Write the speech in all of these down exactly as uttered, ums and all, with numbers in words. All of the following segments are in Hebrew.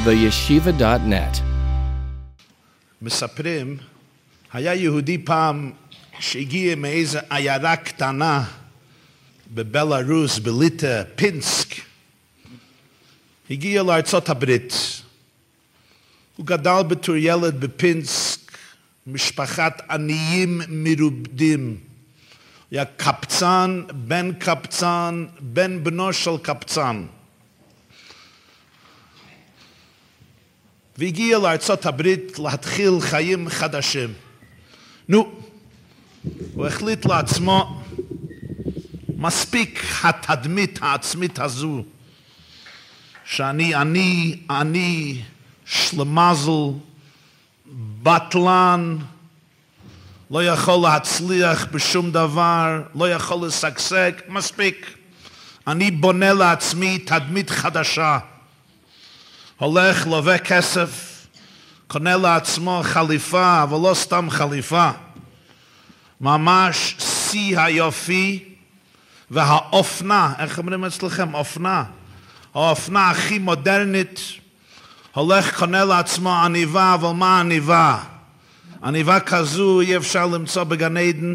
the yeshiva dot net. מספרים, היה יהודי פעם שהגיע מאיזו עיירה קטנה בבלארוס, בליטא, פינסק. הגיע לארצות הברית. הוא גדל בתור ילד בפינסק, משפחת עניים מרובדים. היה קפצן, בן קפצן, בן בנו של קפצן. והגיע לארצות הברית להתחיל חיים חדשים. נו, הוא החליט לעצמו, מספיק התדמית העצמית הזו, שאני אני, אני, שלמזל, בטלן, לא יכול להצליח בשום דבר, לא יכול לשגשג, מספיק. אני בונה לעצמי תדמית חדשה. הולך, לווה כסף, קונה לעצמו חליפה, אבל לא סתם חליפה. ממש שיא היופי והאופנה, איך אומרים אצלכם? אופנה. האופנה הכי מודרנית. הולך, קונה לעצמו עניבה, אבל מה עניבה? עניבה כזו אי אפשר למצוא בגן עדן.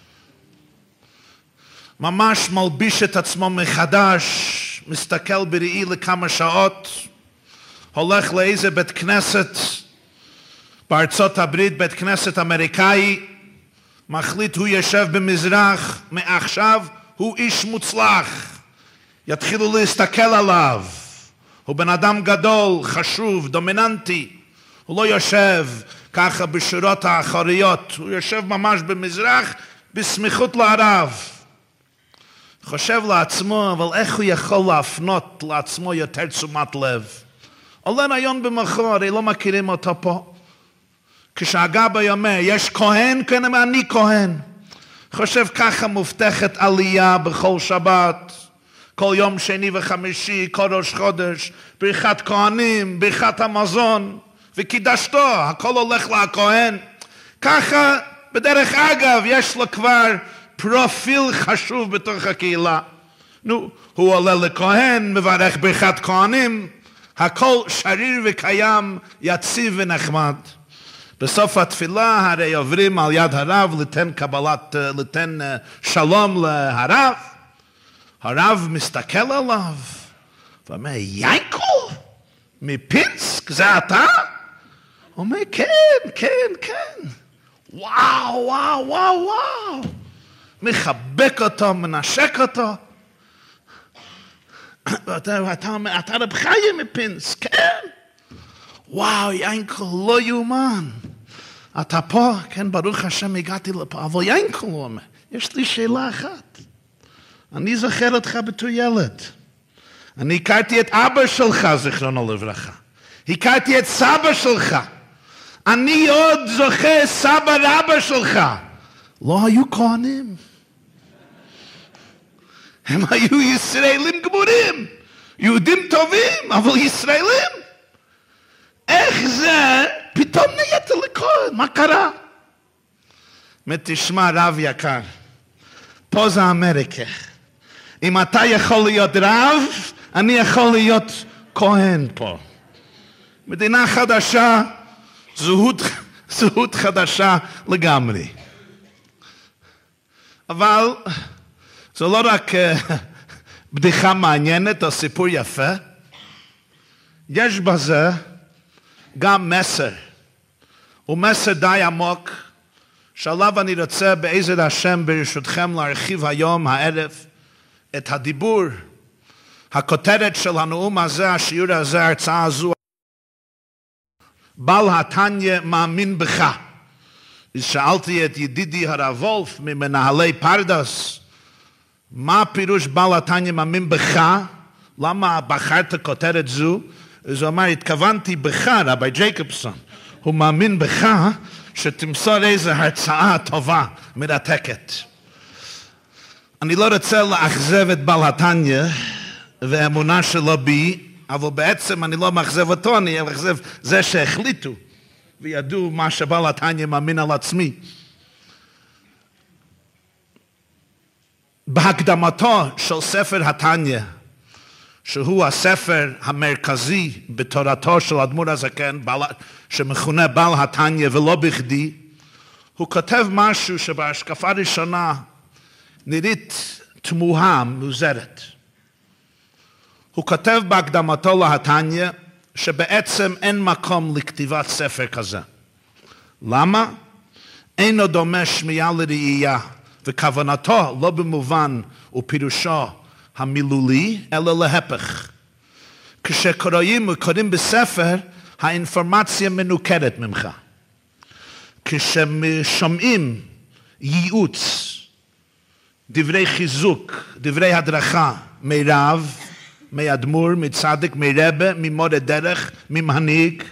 ממש מלביש את עצמו מחדש, מסתכל בראי לכמה שעות, הולך לאיזה בית כנסת בארצות הברית, בית כנסת אמריקאי, מחליט הוא יושב במזרח, מעכשיו הוא איש מוצלח. יתחילו להסתכל עליו. הוא בן אדם גדול, חשוב, דומיננטי. הוא לא יושב ככה בשורות האחוריות, הוא יושב ממש במזרח, בסמיכות לערב. חושב לעצמו, אבל איך הוא יכול להפנות לעצמו יותר תשומת לב? עולה רעיון במחור, הרי לא מכירים אותו פה. כשהגבאי אומר, יש כהן? כן, אומר, אני כהן. חושב ככה מובטחת עלייה בכל שבת, כל יום שני וחמישי, כל ראש חודש, ברכת כהנים, ברכת המזון, וקידשתו, הכל הולך לכהן. ככה, בדרך אגב, יש לו כבר פרופיל חשוב בתוך הקהילה. נו, הוא עולה לכהן, מברך ברכת כהנים, הכל שריר וקיים, יציב ונחמד. בסוף התפילה הרי עוברים על יד הרב, לתן קבלת, לתן שלום להרב. הרב מסתכל עליו, ואומר, יינקל, מפינסק, זה אתה? הוא אומר, כן, כן, כן. וואו, וואו, וואו, וואו. מחבק אותו, מנשק אותו. ואתה, אתה אומר, אתה רב חיים מפינסק, כן. וואו, יינקל, לא יאומן. אתה פה, כן, ברוך השם, הגעתי לפה. אבל יינקל, הוא אומר, יש לי שאלה אחת. אני זוכר אותך בתור ילד. אני הכרתי את אבא שלך, זיכרונו לברכה. הכרתי את סבא שלך. אני עוד זוכר סבא רבא שלך. לא היו כהנים. הם היו ישראלים גמורים. יהודים טובים, אבל ישראלים. איך זה פתאום נהיית לכהן? מה קרה? תשמע רב יקר, פה זה אמריקה. אם אתה יכול להיות רב, אני יכול להיות כהן פה. מדינה חדשה, זהות, זהות חדשה לגמרי. אבל זה לא רק uh, בדיחה מעניינת או סיפור יפה, יש בזה גם מסר. הוא מסר די עמוק, שעליו אני רוצה בעזר השם ברשותכם להרחיב היום, הערב, את הדיבור, הכותרת של הנאום הזה, השיעור הזה, ההרצאה הזו, בעל התניא מאמין בך. שאלתי את ידידי הרב וולף ממנהלי פרדס, מה פירוש בעל התניא מאמין בך? למה בחרת כותרת זו? אז הוא אמר, התכוונתי בך, רבי ג'ייקובסון. הוא מאמין בך שתמסור איזו הרצאה טובה, מרתקת. אני לא רוצה לאכזב את בעל התניא והאמונה שלו בי, אבל בעצם אני לא מאכזב אותו, אני מאכזב זה שהחליטו וידעו מה שבעל התניא מאמין על עצמי. בהקדמתו של ספר התניא, שהוא הספר המרכזי בתורתו של האדמו"ר הזקן, שמכונה בעל התניא ולא בכדי, הוא כותב משהו שבהשקפה ראשונה נראית תמוהה, מוזרת. הוא כותב בהקדמתו להתניא שבעצם אין מקום לכתיבת ספר כזה. למה? אינו דומה שמיעה לראייה, וכוונתו לא במובן ופירושו המילולי, אלא להפך. כשקוראים וקוראים בספר, האינפורמציה מנוכרת ממך. כששומעים ייעוץ, דברי חיזוק, דברי הדרכה, מרב, מאדמו"ר, מצדיק, מרבה, ממורה דרך, ממנהיג,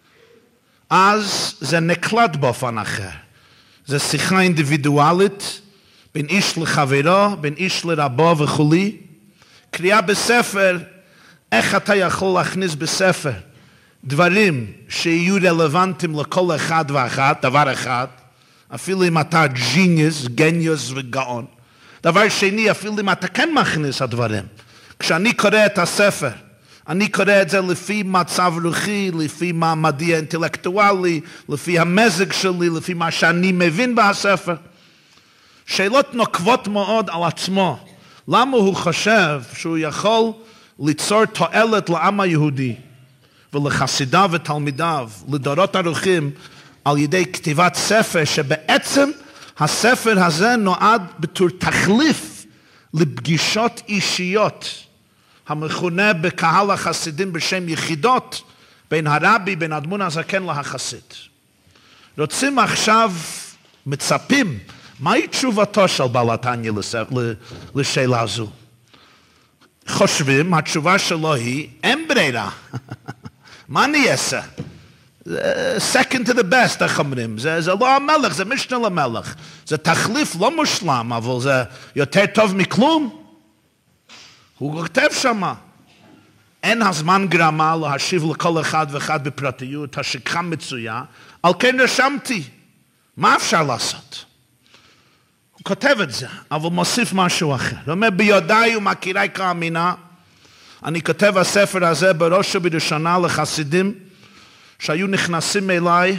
אז זה נקלט באופן אחר. זה שיחה אינדיבידואלית, בין איש לחברו, בין איש לרבו וכולי. קריאה בספר, איך אתה יכול להכניס בספר דברים שיהיו רלוונטיים לכל אחד ואחת, דבר אחד, אפילו אם אתה ג'יניוס, גניוס וגאון. דבר שני, אפילו אם אתה כן מכניס הדברים. כשאני קורא את הספר, אני קורא את זה לפי מצב רוחי, לפי מעמדי האינטלקטואלי, לפי המזג שלי, לפי מה שאני מבין בספר. שאלות נוקבות מאוד על עצמו. למה הוא חושב שהוא יכול ליצור תועלת לעם היהודי ולחסידיו ותלמידיו, לדורות ארוכים, על ידי כתיבת ספר, שבעצם הספר הזה נועד בתור תחליף לפגישות אישיות, המכונה בקהל החסידים בשם יחידות, בין הרבי, בין האדמו"ר הזקן לחסיד. רוצים עכשיו, מצפים, מהי תשובתו של בעל התניא לשאלה הזו? חושבים, התשובה שלו היא, אין ברירה. מה אני אעשה? second to the best, איך אומרים? זה, זה לא המלך, זה משנה למלך. זה תחליף לא מושלם, אבל זה יותר טוב מכלום. הוא כותב שמה. אין הזמן גרמה להשיב לכל אחד ואחד בפרטיות, השכחה מצויה, על כן רשמתי. מה אפשר לעשות? הוא כותב את זה, אבל מוסיף משהו אחר. הוא אומר, ביודעי ומכירי כאמינה, אני כותב הספר הזה בראש ובראשונה לחסידים, שהיו נכנסים אליי,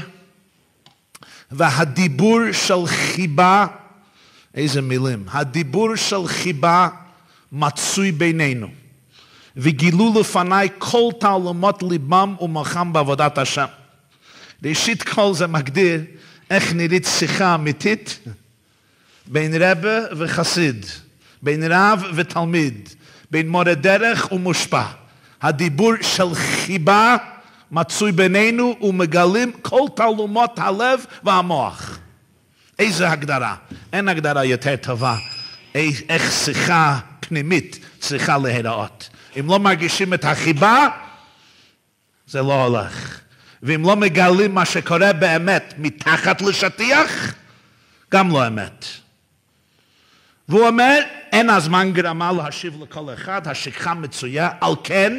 והדיבור של חיבה, איזה מילים, הדיבור של חיבה מצוי בינינו, וגילו לפניי כל תעלומות ליבם ומוחם בעבודת השם. ראשית כל זה מגדיר איך נראית שיחה אמיתית, בין רבה וחסיד, בין רב ותלמיד, בין מורה דרך ומושפע. הדיבור של חיבה מצוי בינינו ומגלים כל תעלומות הלב והמוח. איזה הגדרה? אין הגדרה יותר טובה. איך שיחה פנימית צריכה להיראות. אם לא מרגישים את החיבה, זה לא הולך. ואם לא מגלים מה שקורה באמת מתחת לשטיח, גם לא אמת. והוא אומר, אין הזמן גרמה להשיב לכל אחד, השכחה מצויה, על כן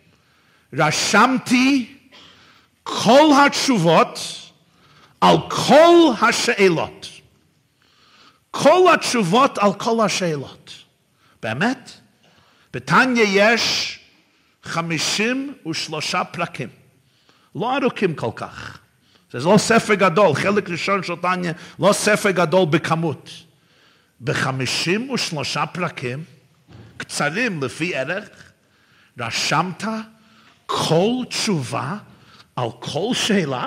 רשמתי כל התשובות על כל השאלות. כל התשובות על כל השאלות. באמת? בתניא יש חמישים ושלושה פרקים. לא ארוכים כל כך. זה לא ספר גדול, חלק ראשון של תניא, לא ספר גדול בכמות. בחמישים ושלושה פרקים, קצרים לפי ערך, רשמת כל תשובה על כל שאלה?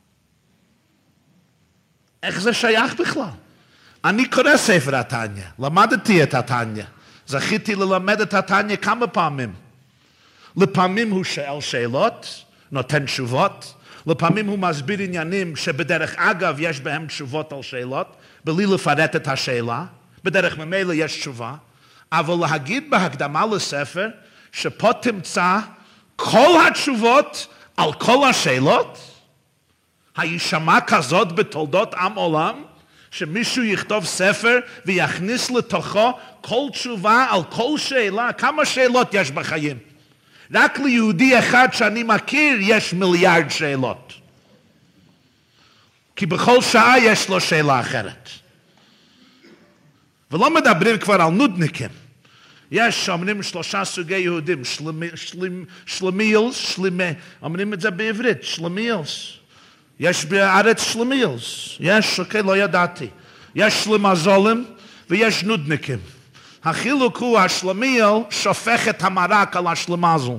איך זה שייך בכלל? אני קורא ספר התניא, למדתי את התניא, זכיתי ללמד את התניא כמה פעמים. לפעמים הוא שואל שאלות, נותן תשובות, לפעמים הוא מסביר עניינים שבדרך אגב יש בהם תשובות על שאלות, בלי לפרט את השאלה, בדרך ממילא יש תשובה, אבל להגיד בהקדמה לספר, שפה תמצא כל התשובות על כל השאלות, הישמע כזאת בתולדות עם עולם, שמישהו יכתוב ספר ויכניס לתוכו כל תשובה על כל שאלה, כמה שאלות יש בחיים. רק ליהודי אחד שאני מכיר יש מיליארד שאלות. כי בכל שעה יש לו שאלה אחרת. ולא מדברים כבר על נודניקים. יש, אומרים שלושה סוגי יהודים, שלמיילס, שלמי, אומרים את זה בעברית, שלמיילס. יש בארץ שלמיילס, יש, אוקיי, לא ידעתי. יש שלמזולים ויש נודניקים. החילוק הוא, השלמייל שופך את המרק על השלמזל.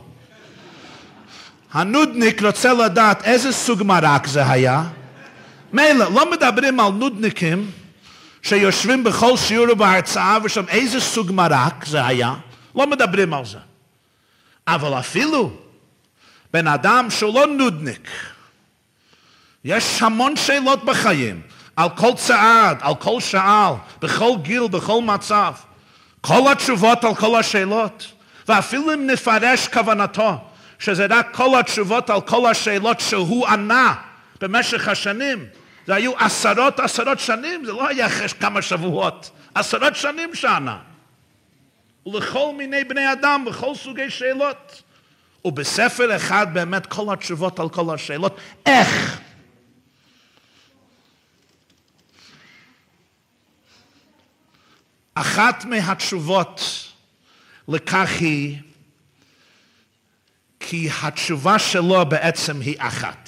הנודניק רוצה לדעת איזה סוג מרק זה היה. מילא, לא מדברים על נודניקים שיושבים בכל שיעור בהרצאה ושם איזה סוג מרק זה היה. לא מדברים על זה. אבל אפילו בן אדם שהוא לא נודניק, יש המון שאלות בחיים, על כל צעד, על כל שעל, בכל גיל, בכל מצב. כל התשובות על כל השאלות. ואפילו אם נפרש כוונתו, שזה רק כל התשובות על כל השאלות שהוא ענה במשך השנים. זה היו עשרות עשרות שנים, זה לא היה אחרי כמה שבועות. עשרות שנים שענה. ולכל מיני בני אדם, בכל סוגי שאלות. ובספר אחד באמת כל התשובות על כל השאלות. איך? אחת מהתשובות לכך היא כי התשובה שלו בעצם היא אחת.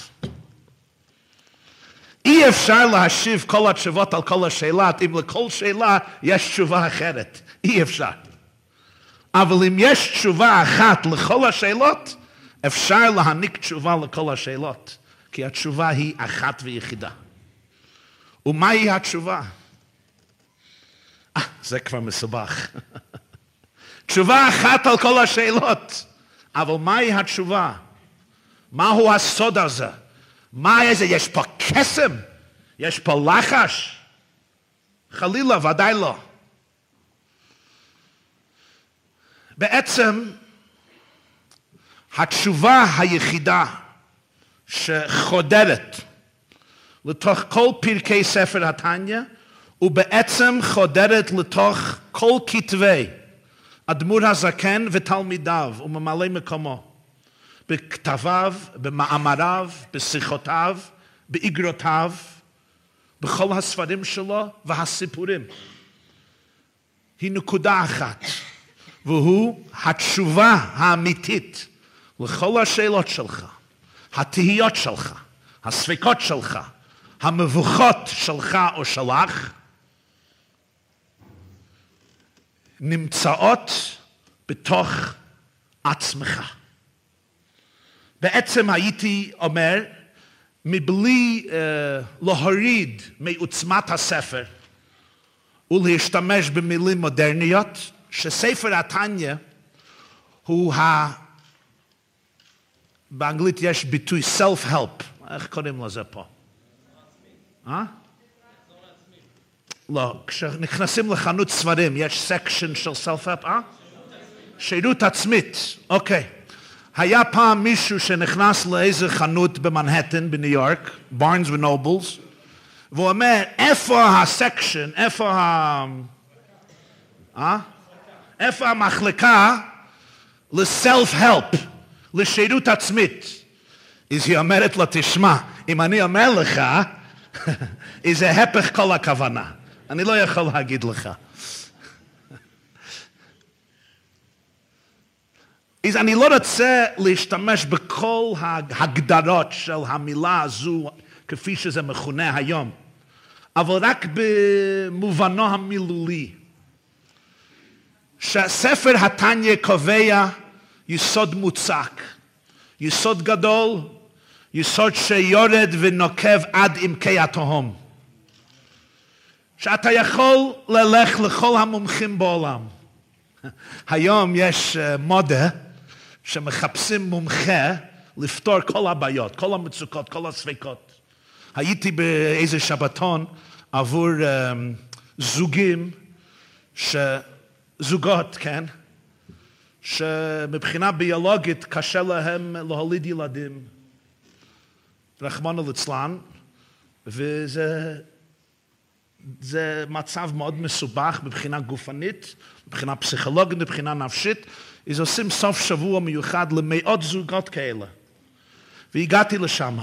אי אפשר להשיב כל התשובות על כל השאלות, אם לכל שאלה יש תשובה אחרת. אי אפשר. אבל אם יש תשובה אחת לכל השאלות, אפשר להעניק תשובה לכל השאלות. כי התשובה היא אחת ויחידה. ומהי התשובה? אה, זה כבר מסובך. תשובה אחת על כל השאלות. אבל מהי התשובה? מהו הסוד הזה? מה איזה? יש פה קסם? יש פה לחש? חלילה, ודאי לא. בעצם, התשובה היחידה שחודרת לתוך כל פרקי ספר התניא, ובעצם חודרת לתוך כל כתבי אדמו"ר הזקן ותלמידיו וממלא מקומו. בכתביו, במאמריו, בשיחותיו, באגרותיו, בכל הספרים שלו והסיפורים. היא נקודה אחת, והוא התשובה האמיתית לכל השאלות שלך, התהיות שלך, הספקות שלך, המבוכות שלך או שלך, נמצאות בתוך עצמך. בעצם הייתי אומר, מבלי uh, להוריד מעוצמת הספר ולהשתמש במילים מודרניות, שספר התניא הוא ה... באנגלית יש ביטוי self-help. איך קוראים לזה פה? אה? לא, כשנכנסים לחנות ספרים, יש סקשן של self-help, אה? שירות עצמית, אוקיי. היה פעם מישהו שנכנס לאיזה חנות במנהטן, בניו יורק, בארנס ונובלס, והוא אומר, איפה הסקשן, איפה ה... אה? איפה המחלקה ל-self-help, לשירות עצמית? אז היא אומרת לו, תשמע, אם אני אומר לך, זה הפך כל הכוונה. אני לא יכול להגיד לך. אז אני לא רוצה להשתמש בכל ההגדרות של המילה הזו, כפי שזה מכונה היום, אבל רק במובנו המילולי. שהספר התניא קובע יסוד מוצק, יסוד גדול, יסוד שיורד ונוקב עד עמקי התהום. שאתה יכול ללך לכל המומחים בעולם. היום יש מודה שמחפשים מומחה לפתור כל הבעיות, כל המצוקות, כל הספקות. הייתי באיזה שבתון עבור um, זוגים, ש... זוגות, כן? שמבחינה ביולוגית קשה להם להוליד ילדים. רחמנא ליצלן, וזה זה מצב מאוד מסובך מבחינה גופנית, מבחינה פסיכולוגית, מבחינה נפשית. אז עושים סוף שבוע מיוחד למאות זוגות כאלה. והגעתי לשם.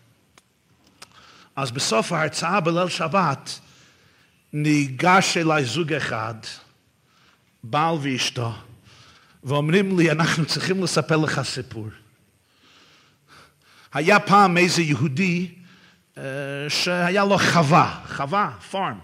אז בסוף ההרצאה בליל שבת, ניגש אליי זוג אחד, בעל ואשתו, ואומרים לי, אנחנו צריכים לספר לך סיפור. היה פעם איזה יהודי שהיה לו חווה, חווה, פארם.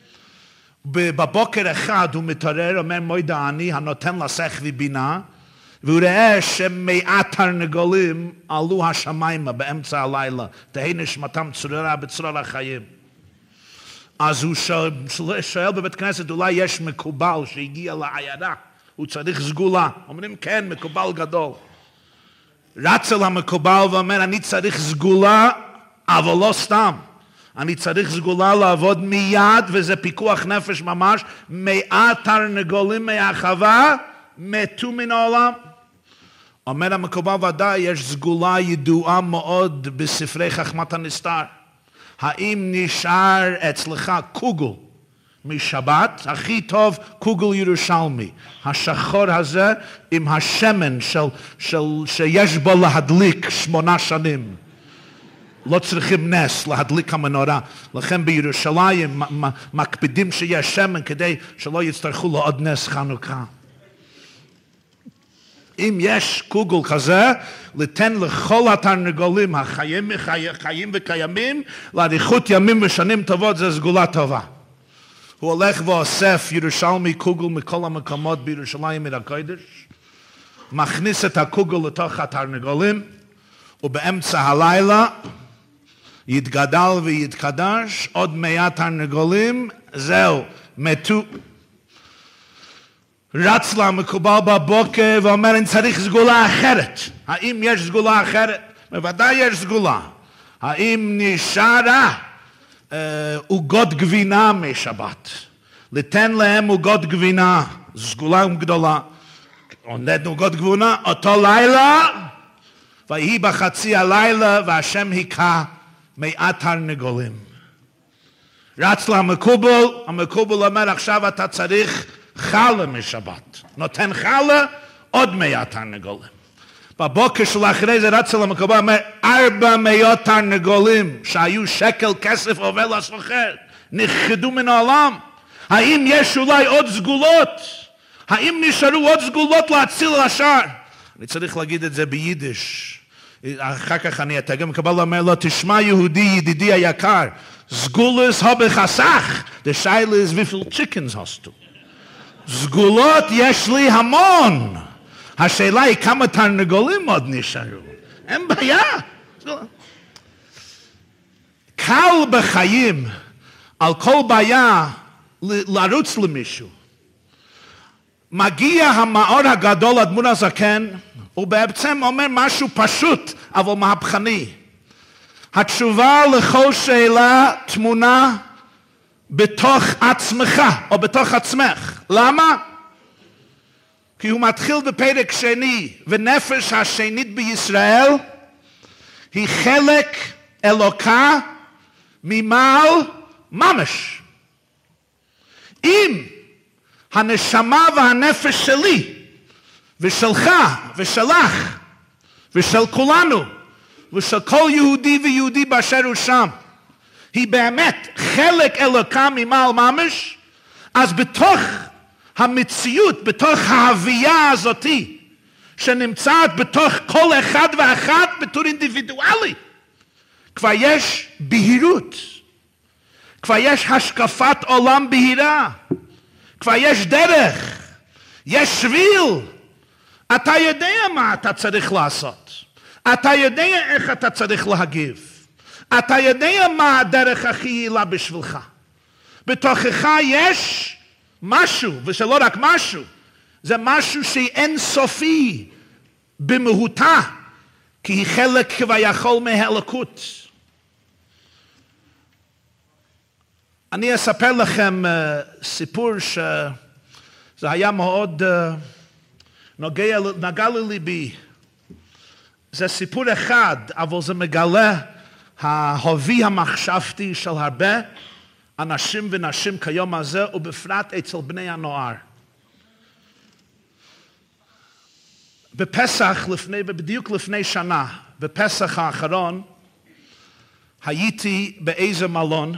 בבוקר אחד הוא מתעורר, אומר מוידה אני הנותן לשכל ובינה, והוא ראה שמעט תרנגולים עלו השמיימה באמצע הלילה, תהי נשמתם צרורה בצרור החיים. אז הוא שואל, שואל בבית כנסת, אולי יש מקובל שהגיע לעיירה, הוא צריך סגולה. אומרים כן, מקובל גדול. רץ אל המקובל ואומר, אני צריך סגולה, אבל לא סתם. אני צריך סגולה לעבוד מיד, וזה פיקוח נפש ממש, מעט תרנגולים מהחווה, מתו מן העולם. אומר המקובל ודאי, יש סגולה ידועה מאוד בספרי חכמת הנסתר. האם נשאר אצלך קוגל משבת? הכי טוב קוגל ירושלמי. השחור הזה עם השמן של, של, שיש בו להדליק שמונה שנים. לא צריכים נס להדליק המנורה. לכן בירושלים מקפידים שיש שמן כדי שלא יצטרכו לעוד נס חנוכה. אם יש קוגל כזה, לתן לכל התרנגולים החיים, חיים וקיימים, לאריכות ימים ושנים טובות, זה סגולה טובה. הוא הולך ואוסף ירושלמי קוגל מכל המקומות בירושלים מן הקודש, מכניס את הקוגל לתוך התרנגולים, ובאמצע הלילה יתגדל ויתקדש, עוד מאה תרנגולים, זהו, מתו. רץ למקובל בבוקר ואומר, אני צריך סגולה אחרת. האם יש סגולה אחרת? בוודאי יש סגולה. האם נשארה עוגות גבינה משבת? לתן להם עוגות גבינה, סגולה גדולה. עונד עוגות גבינה, אותו לילה, ויהי בחצי הלילה, והשם היכה מעט תרנגולים. רץ למקובל, המקובל אומר, עכשיו אתה צריך חלה משבת. נותן חלה, עוד מאה תרנגולים. בבוקר של אחרי זה רץ למקובל, אומר, ארבע מאות תרנגולים שהיו שקל כסף עובר לסוחר, נכחדו מן העולם. האם יש אולי עוד סגולות? האם נשארו עוד סגולות להציל לשאר? אני צריך להגיד את זה ביידיש. אחר כך אני אתרגם, מקבל אומר לו, תשמע יהודי ידידי היקר, סגולס habe חסך, the שאלה is wie viel chickens hast du? סגולות יש לי המון. השאלה היא כמה תרנגולים עוד נשארו. אין בעיה. קל בחיים על כל בעיה לרוץ למישהו. מגיע המאור הגדול אדמו"ר הזקן, הוא בעצם אומר משהו פשוט, אבל מהפכני. התשובה לכל שאלה תמונה בתוך עצמך, או בתוך עצמך. למה? כי הוא מתחיל בפרק שני, ונפש השנית בישראל היא חלק אלוקה ממעל ממש. אם הנשמה והנפש שלי, ושלך, ושלך, ושל כולנו, ושל כל יהודי ויהודי באשר הוא שם, היא באמת חלק אלוקה ממעל ממש, אז בתוך המציאות, בתוך ההוויה הזאתי, שנמצאת בתוך כל אחד ואחת בתור אינדיבידואלי, כבר יש בהירות, כבר יש השקפת עולם בהירה, כבר יש דרך, יש שביל. אתה יודע מה אתה צריך לעשות. אתה יודע איך אתה צריך להגיב. אתה יודע מה הדרך הכי יעילה בשבילך. בתוכך יש משהו, ושלא רק משהו, זה משהו שאין סופי במהותה, כי היא חלק כביכול מהאלוקות. אני אספר לכם uh, סיפור שזה היה מאוד uh, נוגע, נגע לליבי. זה סיפור אחד, אבל זה מגלה ההובי המחשבתי של הרבה אנשים ונשים כיום הזה, ובפרט אצל בני הנוער. בפסח, לפני, בדיוק לפני שנה, בפסח האחרון, הייתי באיזה מלון,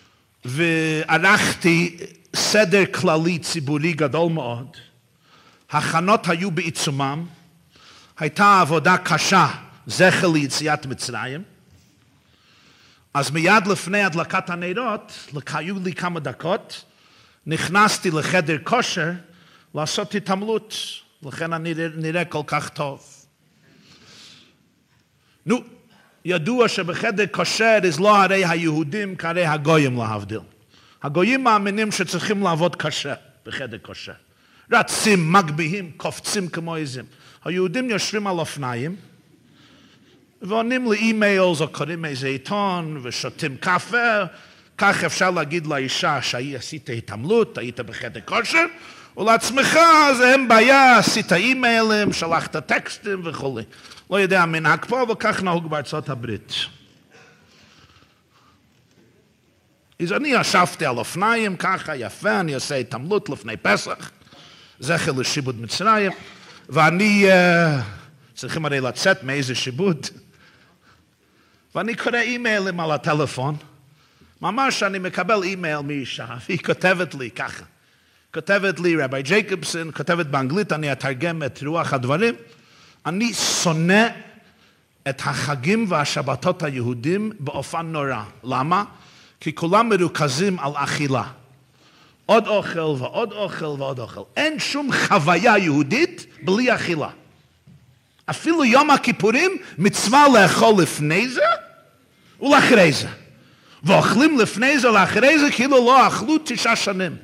וערכתי סדר כללי ציבורי גדול מאוד. הכנות היו בעיצומם, הייתה עבודה קשה, זכר ליציאת מצרים, אז מיד לפני הדלקת הנרות, היו לי כמה דקות, נכנסתי לחדר כושר לעשות התעמלות, לכן אני נראה כל כך טוב. נו, ידוע שבחדר כושר is לא הרי היהודים כהרי הגויים להבדיל. הגויים מאמינים שצריכים לעבוד קשה בחדר כושר. רצים, מגביהים, קופצים כמו עזים. היהודים יושבים על אופניים, ועונים לאימיילס או קוראים איזה עיתון ושותים קפה, כך אפשר להגיד לאישה שהיא עשית התעמלות, היית בחדר כושר, ולעצמך זה אין בעיה, עשית אימיילים, שלחת טקסטים וכו'. לא יודע מנהג פה, וכך נהוג בארצות הברית. אז אני ישבתי על אופניים, ככה יפה, אני עושה התעמלות לפני פסח, זכר לשיבוד מצרים, ואני, uh, צריכים הרי לצאת מאיזה שיבוד, ואני קורא אימיילים על הטלפון, ממש אני מקבל אימייל מאישה, והיא כותבת לי ככה, כותבת לי רבי ג'ייקובסון, כותבת באנגלית, אני אתרגם את רוח הדברים, אני שונא את החגים והשבתות היהודים באופן נורא. למה? כי כולם מרוכזים על אכילה. עוד אוכל ועוד אוכל ועוד אוכל. אין שום חוויה יהודית בלי אכילה. אפילו יום הכיפורים מצווה לאכול לפני זה ולאחרי זה. ואוכלים לפני זה ולאחרי זה כאילו לא אכלו תשעה שנים.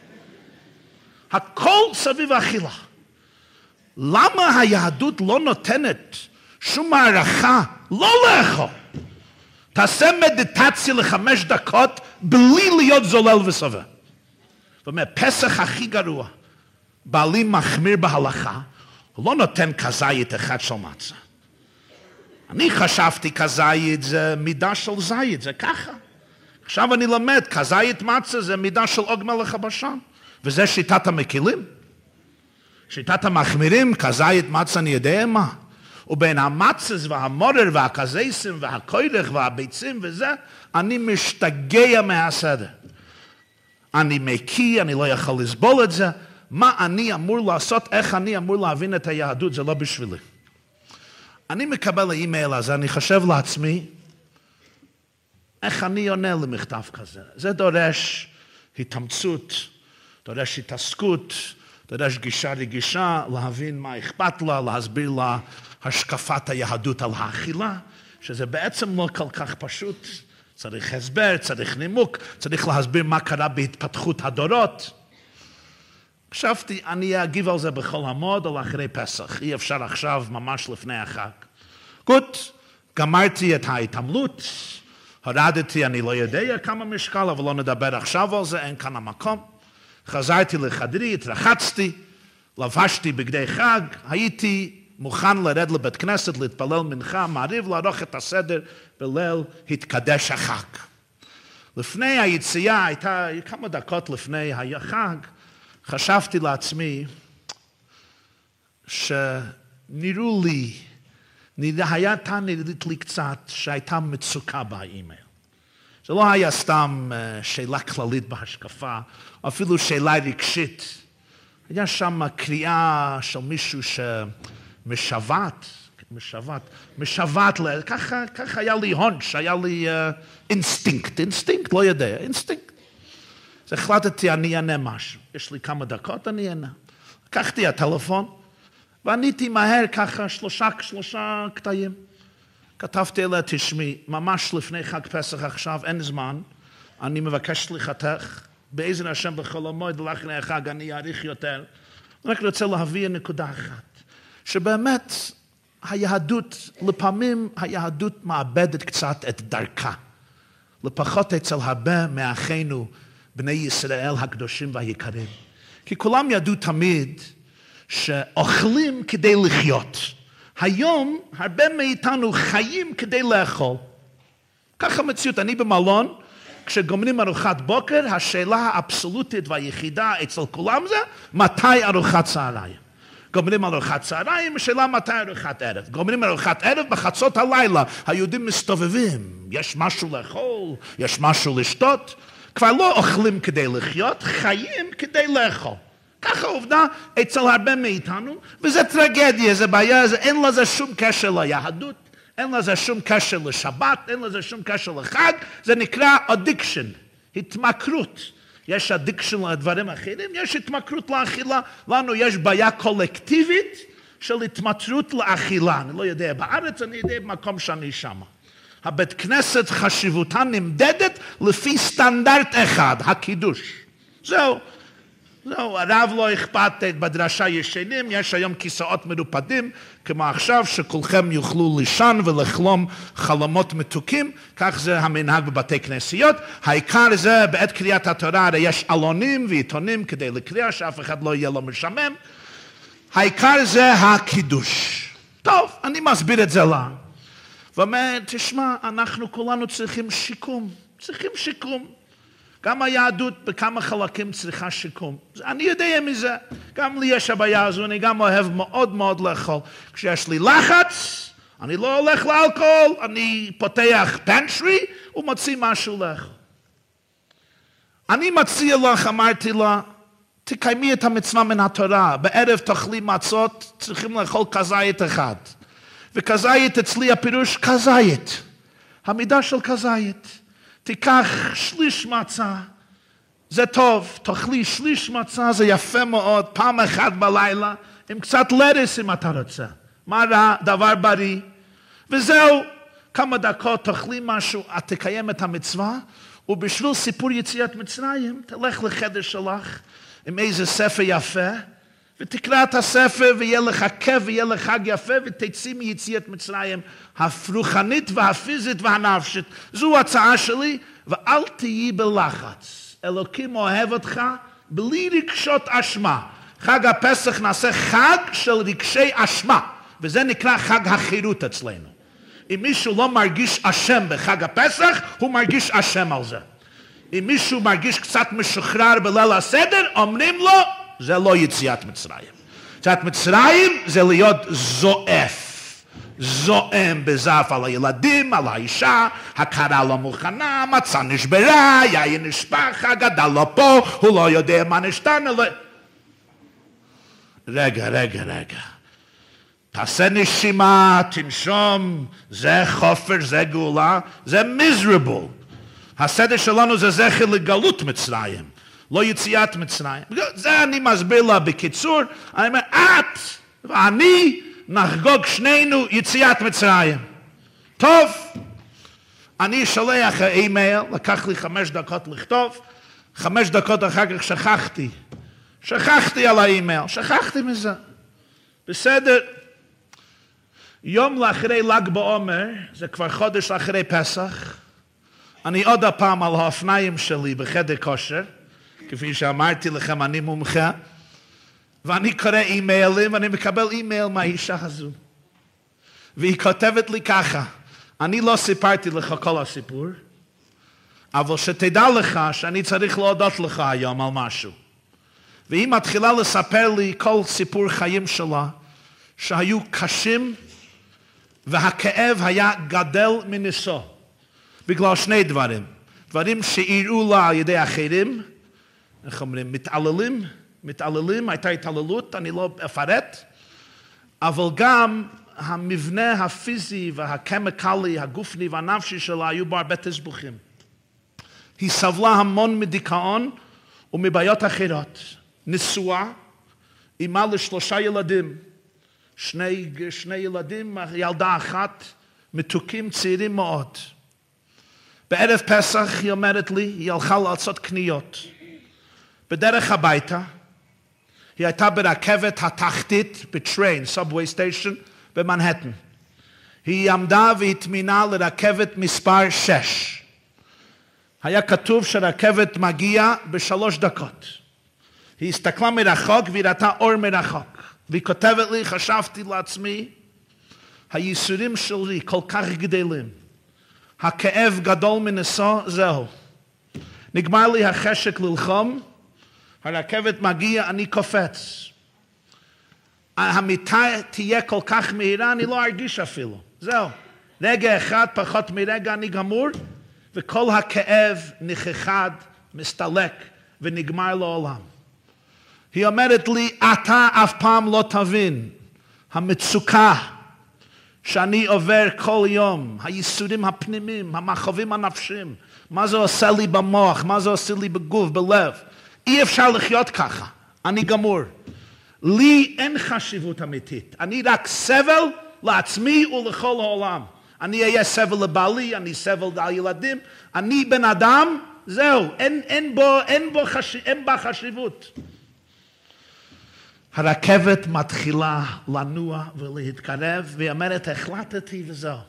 הכל סביב האכילה. למה היהדות לא נותנת שום הערכה לא לאכול? תעשה מדיטציה לחמש דקות בלי להיות זולל וסובר. זאת אומרת, פסח הכי גרוע, בעלי מחמיר בהלכה, הוא לא נותן כזית אחד של מצה. אני חשבתי כזית זה מידה של זית, זה ככה. עכשיו אני למד, כזית מצה זה מידה של עוג מלך הבשן, וזה שיטת המקילים. שיטת המחמירים, כזית מצה אני יודע מה. ובין המצס והמורר והכזיסים והקוירך והביצים וזה, אני משתגע מהסדר. אני מקיא, אני לא יכול לסבול את זה. מה אני אמור לעשות, איך אני אמור להבין את היהדות, זה לא בשבילי. אני מקבל האימייל הזה, אני חושב לעצמי, איך אני עונה למכתב כזה. זה דורש התאמצות, דורש התעסקות, דורש גישה רגישה, להבין מה אכפת לה, להסביר לה השקפת היהדות על האכילה, שזה בעצם לא כל כך פשוט. צריך הסבר, צריך נימוק, צריך להסביר מה קרה בהתפתחות הדורות. חשבתי, אני אגיב על זה בכל המוד או לאחרי פסח. אי אפשר עכשיו, ממש לפני החג. גוט, גמרתי את ההתעמלות, הורדתי, אני לא יודע כמה משקל, אבל לא נדבר עכשיו על זה, אין כאן המקום. חזרתי לחדרי, התרחצתי, לבשתי בגדי חג, הייתי מוכן לרד לבית כנסת, להתפלל מנחה, מעריב לערוך את הסדר בליל התקדש החג. לפני היציאה, הייתה כמה דקות לפני החג, חשבתי לעצמי שנראו לי, הייתה נראית לי קצת שהייתה מצוקה באימייל. זה לא היה סתם שאלה כללית בהשקפה, אפילו שאלה רגשית. היה שם קריאה של מישהו שמשוועת, משוועת, משוועת, ככה, ככה היה לי הונש, היה לי אינסטינקט, אינסטינקט, לא יודע, אינסטינקט. אז החלטתי, אני אענה משהו. יש לי כמה דקות, אני אענה. לקחתי הטלפון, ועניתי מהר ככה שלושה, שלושה קטעים. כתבתי אליה, תשמעי, ממש לפני חג פסח עכשיו, אין זמן, אני מבקש סליחתך, בעזר השם בכל המועד, ולאחרי החג אני אעריך יותר. אני רק רוצה להביא נקודה אחת, שבאמת היהדות, לפעמים היהדות מאבדת קצת את דרכה, לפחות אצל הרבה מאחינו, בני ישראל הקדושים והיקרים. כי כולם ידעו תמיד שאוכלים כדי לחיות. היום הרבה מאיתנו חיים כדי לאכול. ככה מציאות, אני במלון, כשגומרים ארוחת בוקר, השאלה האבסולוטית והיחידה אצל כולם זה, מתי ארוחת צהריים? גומרים ארוחת צהריים, השאלה מתי ארוחת ערב. גומרים ארוחת ערב, בחצות הלילה, היהודים מסתובבים, יש משהו לאכול, יש משהו לשתות, כבר לא אוכלים כדי לחיות, חיים כדי לאכול. ככה עובדה אצל הרבה מאיתנו, וזה טרגדיה, זה בעיה, זה, אין לזה שום קשר ליהדות, אין לזה שום קשר לשבת, אין לזה שום קשר לחג, זה נקרא addiction, התמכרות. יש addiction לדברים אחרים, יש התמכרות לאכילה, לנו יש בעיה קולקטיבית של התמכרות לאכילה, אני לא יודע, בארץ אני יודע במקום שאני שמה. הבית כנסת חשיבותה נמדדת לפי סטנדרט אחד, הקידוש. זהו. זהו, הרב לא אכפת בדרשה ישנים, יש היום כיסאות מרופדים, כמו עכשיו שכולכם יוכלו לישון ולחלום חלומות מתוקים, כך זה המנהג בבתי כנסיות. העיקר זה בעת קריאת התורה, הרי יש עלונים ועיתונים כדי לקריאה, שאף אחד לא יהיה לו משמם. העיקר זה הקידוש. טוב, אני מסביר את זה לה. ואומר, תשמע, אנחנו כולנו צריכים שיקום, צריכים שיקום. גם היהדות בכמה חלקים צריכה שיקום. אני יודע מזה. גם לי יש הבעיה הזו, אני גם אוהב מאוד מאוד לאכול. כשיש לי לחץ, אני לא הולך לאלכוהול, אני פותח פנטרי ומוציא משהו לאכול. אני מציע לך, אמרתי לה, תקיימי את המצווה מן התורה. בערב תאכלי מצות, צריכים לאכול כזית אחד. וכזית אצלי הפירוש כזית. המידה של כזית. תיקח שליש מצה, זה טוב, תאכלי שליש מצה, זה יפה מאוד, פעם אחת בלילה, עם קצת לרס אם אתה רוצה. מה רע? דבר בריא. וזהו, כמה דקות תאכלי משהו, את תקיים את המצווה, ובשביל סיפור יציאת מצרים, תלך לחדר שלך, עם איזה ספר יפה, ותקרא את הספר, ויהיה לך כיף, ויהיה לך חג יפה, ותצאי מיציאת מצרים, הרוחנית והפיזית והנפשית. זו הצעה שלי, ואל תהיי בלחץ. אלוקים אוהב אותך, בלי רגשות אשמה. חג הפסח נעשה חג של רגשי אשמה, וזה נקרא חג החירות אצלנו. אם מישהו לא מרגיש אשם בחג הפסח, הוא מרגיש אשם על זה. אם מישהו מרגיש קצת משוחרר בליל הסדר, אומרים לו, זה לא יציאת מצרים. יציאת מצרים זה להיות זועף. זועם בזעף על הילדים, על האישה, הכרה לא מוכנה, מצה נשברה, יין נשפך, הגדל לא פה, הוא לא יודע מה נשתנה. לא... רגע, רגע, רגע. תעשה נשימה, תנשום, זה חופש, זה גאולה, זה miserable. הסדר שלנו זה זכר לגלות מצרים. לא יציאת מצרים. זה אני מסביר לה בקיצור. אני אומר, את ואני נחגוג שנינו יציאת מצרים. טוב, אני שולח אימייל, לקח לי חמש דקות לכתוב, חמש דקות אחר כך שכחתי. שכחתי על האימייל, שכחתי מזה. בסדר. יום לאחרי ל"ג בעומר, זה כבר חודש לאחרי פסח, אני עוד הפעם על האופניים שלי בחדר כושר, כפי שאמרתי לכם, אני מומחה, ואני קורא אימיילים, ואני מקבל אימייל מהאישה הזו. והיא כותבת לי ככה, אני לא סיפרתי לך כל הסיפור, אבל שתדע לך שאני צריך להודות לך היום על משהו. והיא מתחילה לספר לי כל סיפור חיים שלה, שהיו קשים, והכאב היה גדל מנשוא. בגלל שני דברים. דברים שאיראו לה על ידי אחרים, איך אומרים, מתעללים, מתעללים, הייתה התעללות, אני לא אפרט, אבל גם המבנה הפיזי והקמיקלי, הגופני והנפשי שלה היו בו הרבה תסבוכים. היא סבלה המון מדיכאון ומבעיות אחרות. נשואה, אימה לשלושה ילדים, שני, שני ילדים, ילדה אחת, מתוקים צעירים מאוד. בערב פסח היא אומרת לי, היא הלכה לעשות קניות. בדרך הביתה, היא הייתה ברכבת התחתית, בטריין, סאבווי סטיישן, במנהטן. היא עמדה והתמינה לרכבת מספר שש. היה כתוב שהרכבת מגיעה בשלוש דקות. היא הסתכלה מרחוק והיא ראתה אור מרחוק. והיא כותבת לי, חשבתי לעצמי, הייסורים שלי כל כך גדלים. הכאב גדול מנשוא, זהו. נגמר לי החשק ללחום, הרכבת מגיעה, אני קופץ. המיטה תהיה כל כך מהירה, אני לא ארגיש אפילו. זהו. רגע אחד, פחות מרגע אני גמור, וכל הכאב נכחד, מסתלק, ונגמר לעולם. היא אומרת לי, אתה אף פעם לא תבין, המצוקה שאני עובר כל יום, הייסורים הפנימיים, המחובים הנפשיים, מה זה עושה לי במוח, מה זה עושה לי בגוף, בלב. אי אפשר לחיות ככה, אני גמור. לי אין חשיבות אמיתית, אני רק סבל לעצמי ולכל העולם. אני אהיה סבל לבעלי, אני סבל לילדים, אני בן אדם, זהו, אין, אין, בו, אין, בו חש... אין בה חשיבות. הרכבת מתחילה לנוע ולהתקרב, והיא אומרת, החלטתי וזהו.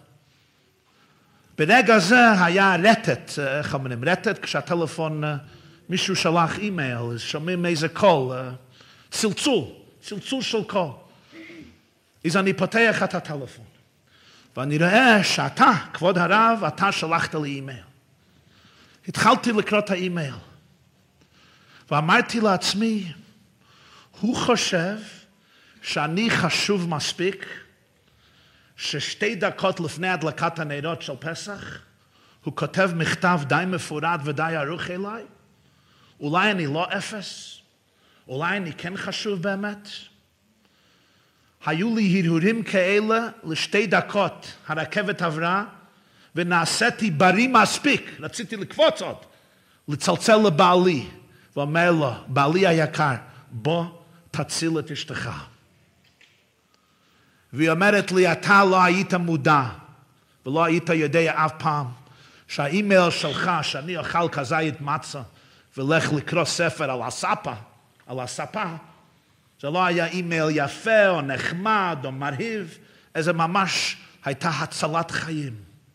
ברגע זה היה רטט, איך אומרים, רטט כשהטלפון, מישהו שלח אימייל, אז שומעים איזה קול, צלצול, צלצול של קול. אז אני פותח את הטלפון, ואני רואה שאתה, כבוד הרב, אתה שלחת לי אימייל. התחלתי לקרוא את האימייל, ואמרתי לעצמי, הוא חושב שאני חשוב מספיק, ששתי דקות לפני הדלקת הנרות של פסח, הוא כותב מכתב די מפורט ודי ארוך אליי? אולי אני לא אפס? אולי אני כן חשוב באמת? היו לי הרהורים כאלה לשתי דקות, הרכבת עברה, ונעשיתי בריא מספיק, רציתי לקפוץ עוד, לצלצל לבעלי, ואומר לו, בעלי היקר, בוא תציל את אשתך. והיא אומרת לי, אתה לא היית מודע, ולא היית יודע אף פעם, שהאימייל שלך, שאני אוכל כזית מצה, ולך לקרוא ספר על הספה, על הספה, זה לא היה אימייל יפה, או נחמד, או מרהיב, איזה ממש הייתה הצלת חיים.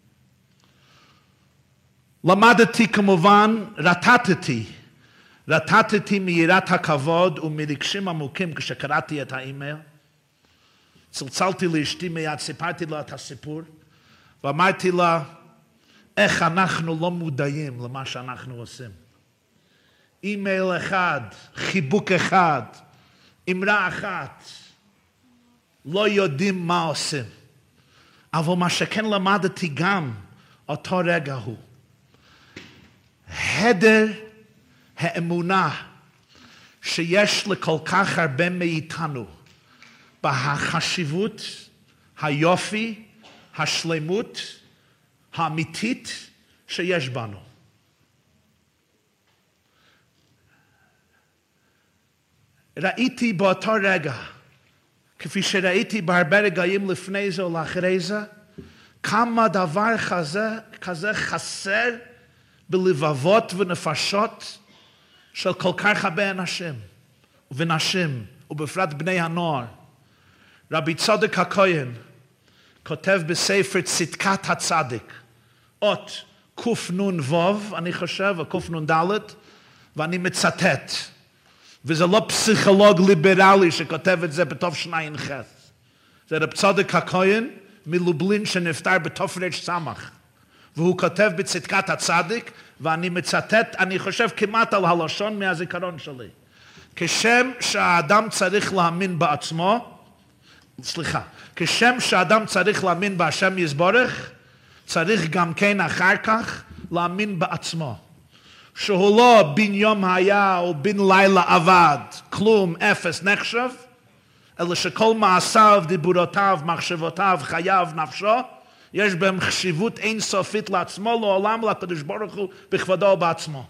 למדתי כמובן, רטטתי, רטטתי מיראת הכבוד ומרגשים עמוקים כשקראתי את האימייל. צלצלתי לאשתי מיד, סיפרתי לה את הסיפור, ואמרתי לה, איך אנחנו לא מודעים למה שאנחנו עושים. אימייל אחד, חיבוק אחד, אמרה אחת, לא יודעים מה עושים. אבל מה שכן למדתי גם, אותו רגע הוא. הדר האמונה שיש לכל כך הרבה מאיתנו בחשיבות, היופי, השלמות, האמיתית שיש בנו. ראיתי באותו רגע, כפי שראיתי בהרבה רגעים לפני זה ולאחרי זה, כמה דבר כזה, כזה חסר בלבבות ונפשות של כל כך הרבה אנשים ונשים, ובפרט בני הנוער. רבי צודק הכהן כותב בספר צדקת הצדיק, אות קנ"ו, אני חושב, או קנ"ד, ואני מצטט. וזה לא פסיכולוג ליברלי שכותב את זה בתוף שניים חס. זה רב צודק הכהן מלובלין שנפטר בתוף רש סמך. והוא כותב בצדקת הצדיק, ואני מצטט, אני חושב כמעט על הלשון מהזיכרון שלי. כשם שהאדם צריך להאמין בעצמו, סליחה, כשם שהאדם צריך להאמין בהשם יזברך, צריך גם כן אחר כך להאמין בעצמו. שהוא לא בין יום היה או בין לילה עבד, כלום, אפס נחשב, אלא שכל מעשיו, דיבורותיו, מחשבותיו, חייו, נפשו, יש בהם חשיבות אינסופית לעצמו, לעולם, לקדוש ברוך הוא, בכבודו ובעצמו.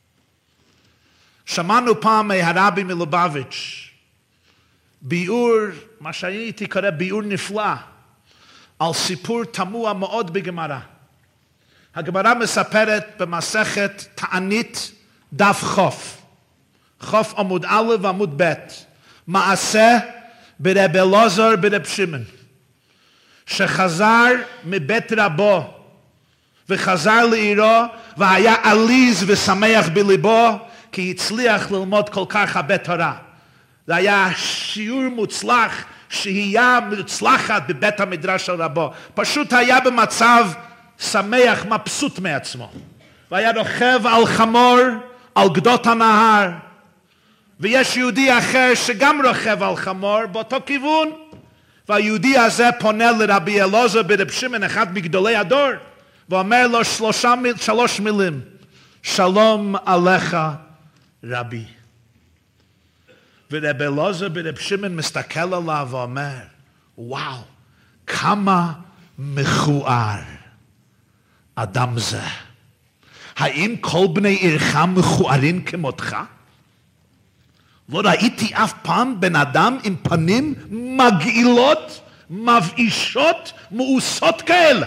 שמענו פעם מהרבי מלובביץ', ביאור, מה שהייתי קורא ביאור נפלא, על סיפור תמוה מאוד בגמרא. הגמרא מספרת במסכת תענית דף חוף. חוף עמוד א' ועמוד ב'. מעשה ברב אלעזר ברב שמעון. שחזר מבית רבו וחזר לעירו והיה עליז ושמח בליבו כי הצליח ללמוד כל כך הרבה תורה. זה היה שיעור מוצלח, שהייה מוצלחת בבית המדרש של רבו. פשוט היה במצב שמח, מבסוט מעצמו. והיה רוכב על חמור, על גדות הנהר. ויש יהודי אחר שגם רוכב על חמור באותו כיוון. והיהודי הזה פונה לרבי אלעזר ברב שמעון, אחד מגדולי הדור, ואומר לו שלושה, שלוש מילים. שלום עליך רבי. ורב אלעזר ברב שמעון מסתכל עליו ואומר, וואו, כמה מכוער אדם זה. האם כל בני עירך מכוערים כמותך? לא ראיתי אף פעם בן אדם עם פנים מגעילות, מבאישות, מאוסות כאלה.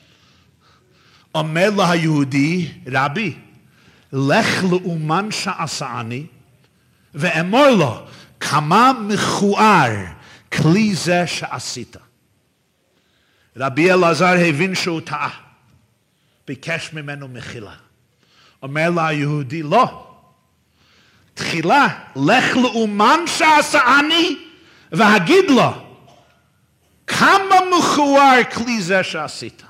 אומר לו היהודי, רבי, לך לאומן שעשני, ואמור לו, כמה מכוער כלי זה שעשית. רבי אלעזר הבין שהוא טעה, ביקש ממנו מחילה. אומר לו היהודי, לא, תחילה, לך לאומן שעשני, והגיד לו, כמה מכוער כלי זה שעשית.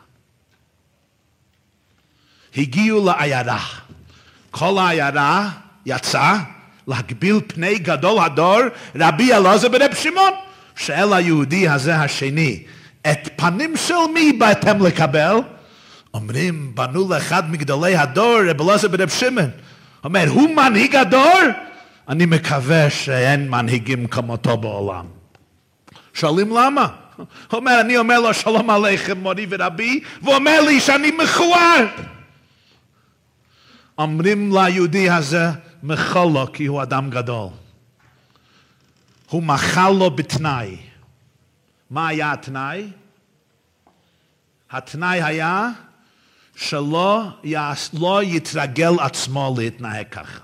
הגיעו לעיירה. כל העיירה יצא להגביל פני גדול הדור, רבי אלעזר ברב שמעון. שאל היהודי הזה השני, את פנים של מי באתם לקבל? אומרים, בנו לאחד מגדולי הדור, רבי אלעזר ברב שמעון. אומר, הוא מנהיג הדור? אני מקווה שאין מנהיגים כמותו בעולם. שואלים למה? אומר, אני אומר לו, שלום עליכם מורי ורבי, ואומר לי שאני מכוער. אומרים ליהודי הזה, מחל לו, כי הוא אדם גדול. הוא מחל לו בתנאי. מה היה התנאי? התנאי היה שלא לא יתרגל עצמו להתנהג ככה.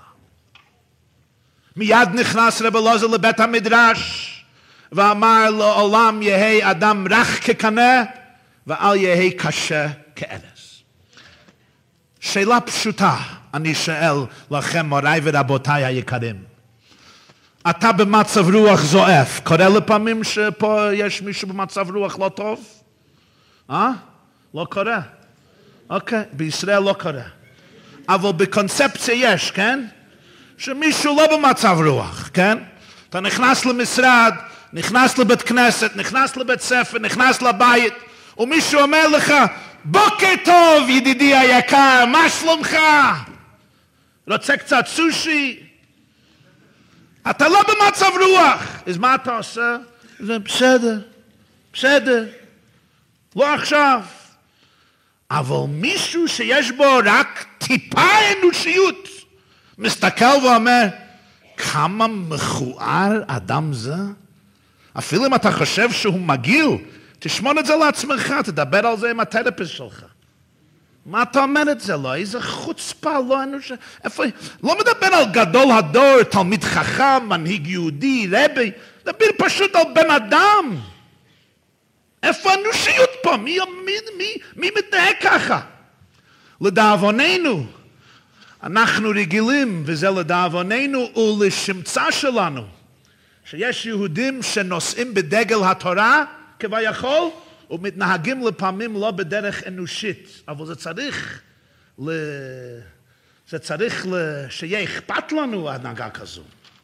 מיד נכנס רב אלעזר לבית המדרש, ואמר לעולם יהי אדם רך כקנה, ואל יהי קשה כארז. שאלה פשוטה, אני שואל לכם מוריי ורבותיי היקרים. אתה במצב רוח זועף, קורה לפעמים שפה יש מישהו במצב רוח לא טוב? אה? לא קורה. אוקיי, בישראל לא קורה. אבל בקונספציה יש, כן? שמישהו לא במצב רוח, כן? אתה נכנס למשרד, נכנס לבית כנסת, נכנס לבית ספר, נכנס לבית, ומישהו אומר לך, בוקר טוב ידידי היקר, מה שלומך? רוצה קצת סושי? אתה לא במצב רוח. אז מה אתה עושה? זה בסדר, בסדר, לא עכשיו. אבל מישהו שיש בו רק טיפה אנושיות, מסתכל ואומר, כמה מכוער אדם זה? אפילו אם אתה חושב שהוא מגעיל, תשמור את זה לעצמך, תדבר על זה עם התרפיסט שלך. מה אתה אומר את זה? לא, איזה חוצפה, לא אנושי. איפה? לא מדבר על גדול הדור, תלמיד חכם, מנהיג יהודי, רבי, מדבר פשוט על בן אדם. איפה אנושיות פה? מי, מי, מי, מי מתנהג ככה? לדאבוננו, אנחנו רגילים, וזה לדאבוננו ולשמצה שלנו, שיש יהודים שנושאים בדגל התורה, כביכול, ומתנהגים לפעמים לא בדרך אנושית, אבל זה צריך, ל... זה צריך ל... שיהיה אכפת לנו ההנהגה כזו.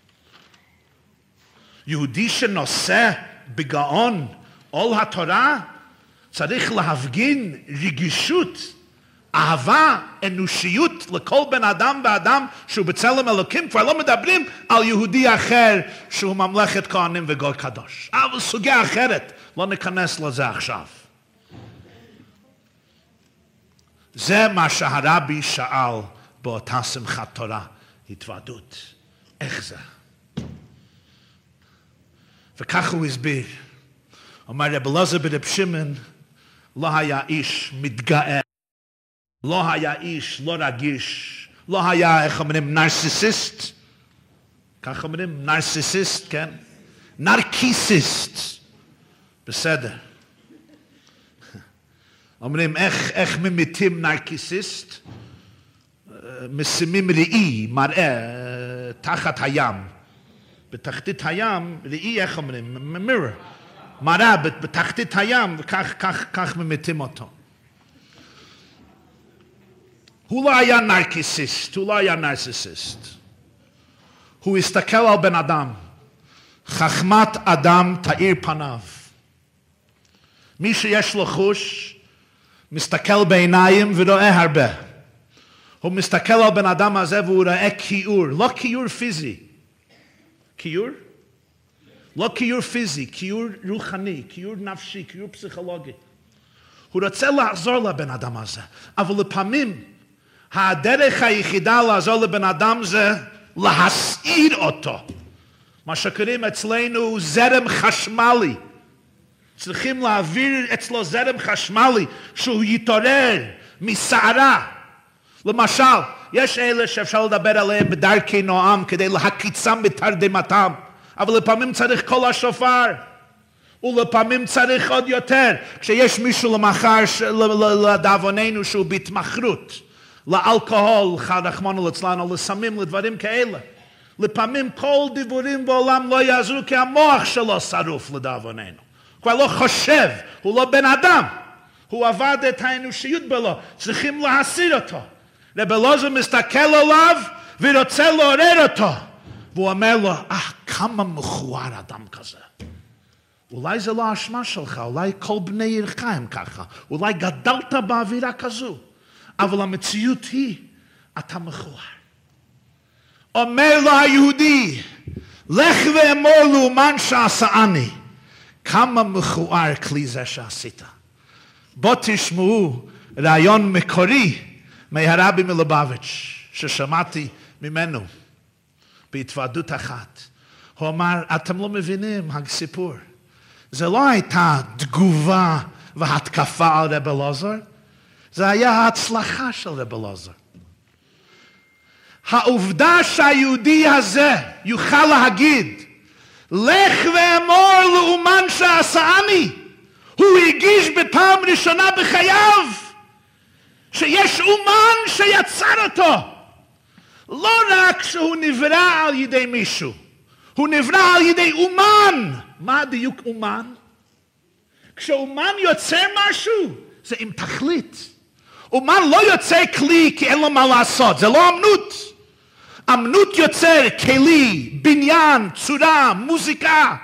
יהודי שנושא בגאון עול התורה, צריך להפגין רגישות, אהבה, אנושיות לכל בן אדם ואדם שהוא בצלם אלוקים. כבר לא מדברים על יהודי אחר שהוא ממלכת כהנים וגוי קדוש. אבל סוגיה אחרת, לא ניכנס לזה עכשיו. זה מה שהרבי שאל באותה שמחת תורה, התוועדות. איך זה? וכך הוא הסביר. אומר רב אלעזר ברב שמעון, לא היה איש מתגאה, לא היה איש לא רגיש, לא היה, איך אומרים, נרסיסיסט, כך אומרים, נרסיסיסט, כן? נרקיסיסט, בסדר. אומרים, איך, איך ממיתים נרקיסיסט? משימים ראי, מראה, תחת הים. בתחתית הים, ראי, איך אומרים? מירר. מראה בתחתית הים, וכך כך, כך ממיתים אותו. הוא לא היה נרקיסיסט, הוא לא היה נרסיסיסט. הוא הסתכל על בן אדם. חכמת אדם תאיר פניו. מי שיש לו חוש, מסתכל בעיניים ורואה הרבה. הוא מסתכל על בן אדם הזה והוא רואה כיעור, לא כיעור פיזי. כיעור? לא קיור פיזי, קיור רוחני, קיור נפשי, קיור פסיכולוגי. הוא רוצה לעזור לבן אדם הזה, אבל לפעמים הדרך היחידה לעזור לבן אדם זה להסעיר אותו. מה שקוראים אצלנו זרם חשמלי. צריכים להעביר אצלו זרם חשמלי שהוא יתעורר מסערה. למשל, יש אלה שאפשר לדבר עליהם בדרכי נועם כדי להקיצם בתרדמתם, אבל לפעמים צריך קול השופר, ולפעמים צריך עוד יותר. כשיש מישהו למחר, לדאבוננו שהוא בהתמכרות, לאלכוהול, רחמנא ליצלן, לסמים, לדברים כאלה. לפעמים כל דיבורים בעולם לא יעזרו כי המוח שלו שרוף לדאבוננו. כבר לא חושב, הוא לא בן אדם. הוא עבד את האנושיות בלו, צריכים להסיר אותו. רב אלעזר מסתכל עליו ורוצה לעורר אותו. והוא אומר לו, אה, כמה מכוער אדם כזה. אולי זה לא האשמה שלך, אולי כל בני עירך הם ככה. אולי גדלת באווירה כזו. אבל המציאות היא, אתה מכוער. אומר לו היהודי, לך ואמור לאומן שעשני, כמה מכוער כלי זה שעשית. בוא תשמעו רעיון מקורי מהרבי מלובביץ' ששמעתי ממנו בהתוועדות אחת. הוא אמר, אתם לא מבינים הסיפור. זה לא הייתה תגובה והתקפה על רב אלעזר, זה היה ההצלחה של רב אלעזר. העובדה שהיהודי הזה יוכל להגיד, לך ואמור לאומן שעשני, הוא הרגיש בפעם ראשונה בחייו שיש אומן שיצר אותו. לא רק שהוא נברא על ידי מישהו, הוא נברא על ידי אומן. מה הדיוק אומן? כשאומן יוצר משהו, זה עם תכלית. אומן לא יוצר כלי כי אין לו מה לעשות, זה לא אמנות. אמנות יוצר כלי, בניין, צורה, מוזיקה.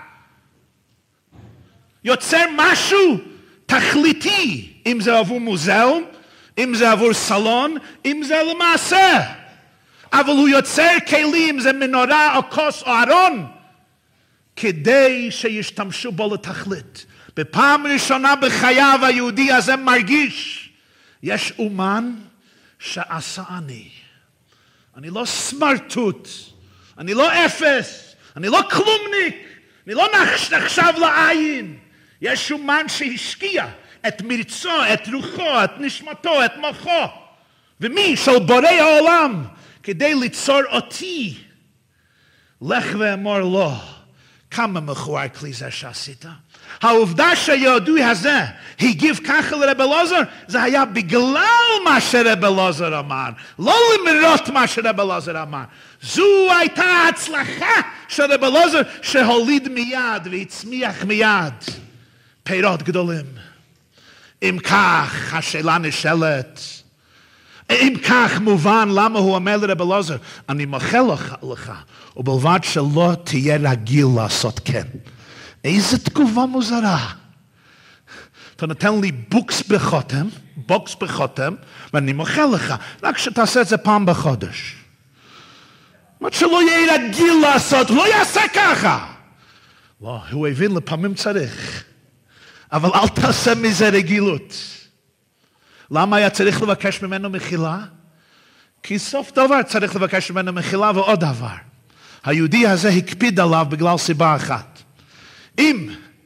יוצר משהו תכליתי, אם זה עבור מוזיאום, אם זה עבור סלון, אם זה למעשה. אבל הוא יוצר כלים, זה מנורה או כוס או ארון, כדי שישתמשו בו לתכלית. בפעם ראשונה בחייו היהודי הזה מרגיש, יש אומן שעשה אני. אני לא סמרטוט, אני לא אפס, אני לא כלומניק, אני לא נחשב לעין. יש אומן שהשקיע את מרצו, את רוחו, את נשמתו, את מוחו, ומי של בורא העולם, כדי ליצור אותי. לך ואמור לו, כמה מכוער כלי זה שעשית. העובדה שהיהודי הזה הגיב ככה לרב אלעזר, זה היה בגלל מה שרב אלעזר אמר, לא למרות מה שרב אלעזר אמר. זו הייתה ההצלחה של רב אלעזר שהוליד מיד והצמיח מיד פירות גדולים. אם כך, השאלה נשאלת, אם כך מובן למה הוא אומר לרב אלעזר, אני מוחל לך, לך, ובלבד שלא תהיה רגיל לעשות כן. איזה תגובה מוזרה. אתה נותן לי בוקס בחותם, בוקס בחותם, ואני מוחל לך, רק שתעשה את זה פעם בחודש. זאת שלא יהיה רגיל לעשות, הוא לא יעשה ככה. לא, הוא הבין לפעמים צריך. אבל אל תעשה מזה רגילות. למה היה צריך לבקש ממנו מחילה? כי סוף דבר צריך לבקש ממנו מחילה ועוד דבר. היהודי הזה הקפיד עליו בגלל סיבה אחת. אם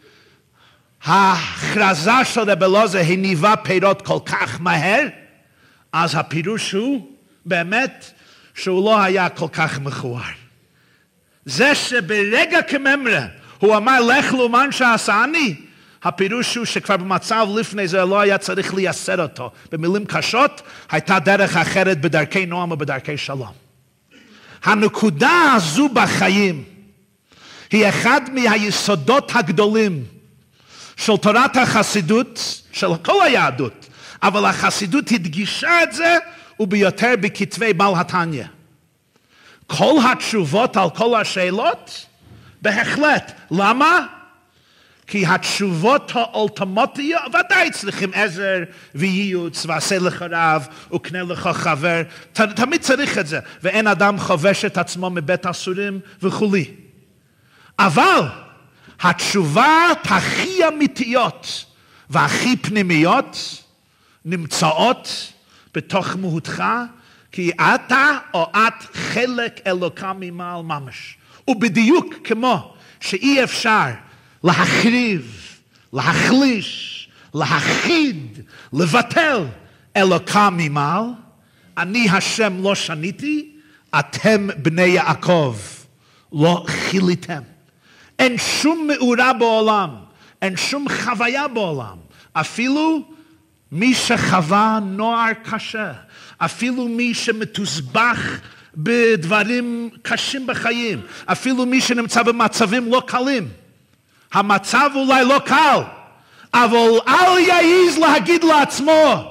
ההכרזה של רב אלעזר הניבה פירות כל כך מהר, אז הפירוש הוא באמת שהוא לא היה כל כך מכוער. זה שברגע כממרה הוא אמר לך לאומן שעשני, הפירוש הוא שכבר במצב לפני זה לא היה צריך לייסר אותו. במילים קשות הייתה דרך אחרת בדרכי נועם ובדרכי שלום. הנקודה הזו בחיים היא אחד מהיסודות הגדולים של תורת החסידות, של כל היהדות, אבל החסידות הדגישה את זה וביותר בכתבי בעל התניא. כל התשובות על כל השאלות, בהחלט. למה? כי התשובות האולטימטיות, ודאי צריכים עזר וייעוץ, ועשה לך רב, וקנה לך חבר, ת, תמיד צריך את זה, ואין אדם חובש את עצמו מבית אסורים וכולי. אבל התשובות הכי אמיתיות והכי פנימיות נמצאות בתוך מהותך, כי אתה או את חלק אלוקה ממעל ממש. ובדיוק כמו שאי אפשר להחריב, להחליש, להכחיד, לבטל אלוקה ממעל, אני השם לא שניתי, אתם בני יעקב לא חיליתם. אין שום מאורה בעולם, אין שום חוויה בעולם, אפילו מי שחווה נוער קשה, אפילו מי שמתוסבך בדברים קשים בחיים, אפילו מי שנמצא במצבים לא קלים. המצב אולי לא קל, אבל אל יעז להגיד לעצמו,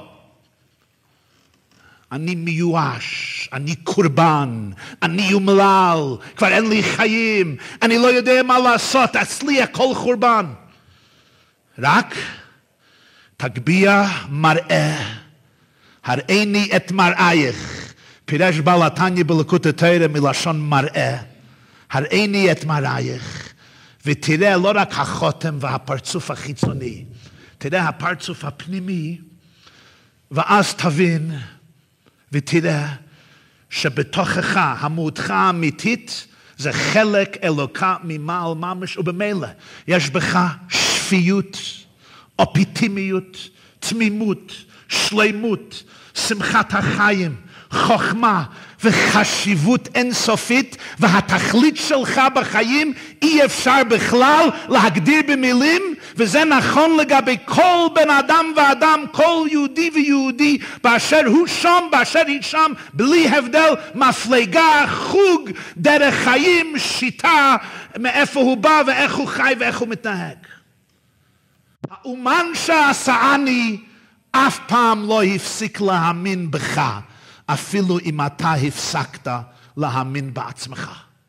אני מיואש, אני קורבן, אני אומלל, כבר אין לי חיים, אני לא יודע מה לעשות, אצלי הכל חורבן. רק תגביה מראה, הראיני את מראייך, פירש בעל התניא בליקוטי תורה מלשון מראה, הראיני את מראייך, ותראה לא רק החותם והפרצוף החיצוני, תראה הפרצוף הפנימי, ואז תבין ותראה שבתוכך המהותך האמיתית זה חלק אלוקה ממעל ממש, ובמילא יש בך שפיות, אופטימיות, תמימות, שלמות, שמחת החיים, חוכמה וחשיבות אינסופית, והתכלית שלך בחיים אי אפשר בכלל להגדיר במילים, וזה נכון לגבי כל בן אדם ואדם, כל יהודי ויהודי, באשר הוא שם, באשר היא שם, בלי הבדל, מפלגה, חוג, דרך חיים, שיטה, מאיפה הוא בא ואיך הוא חי ואיך הוא מתנהג. האומן שעשני אף פעם לא הפסיק להאמין בך, אפילו אם אתה הפסקת להאמין בעצמך.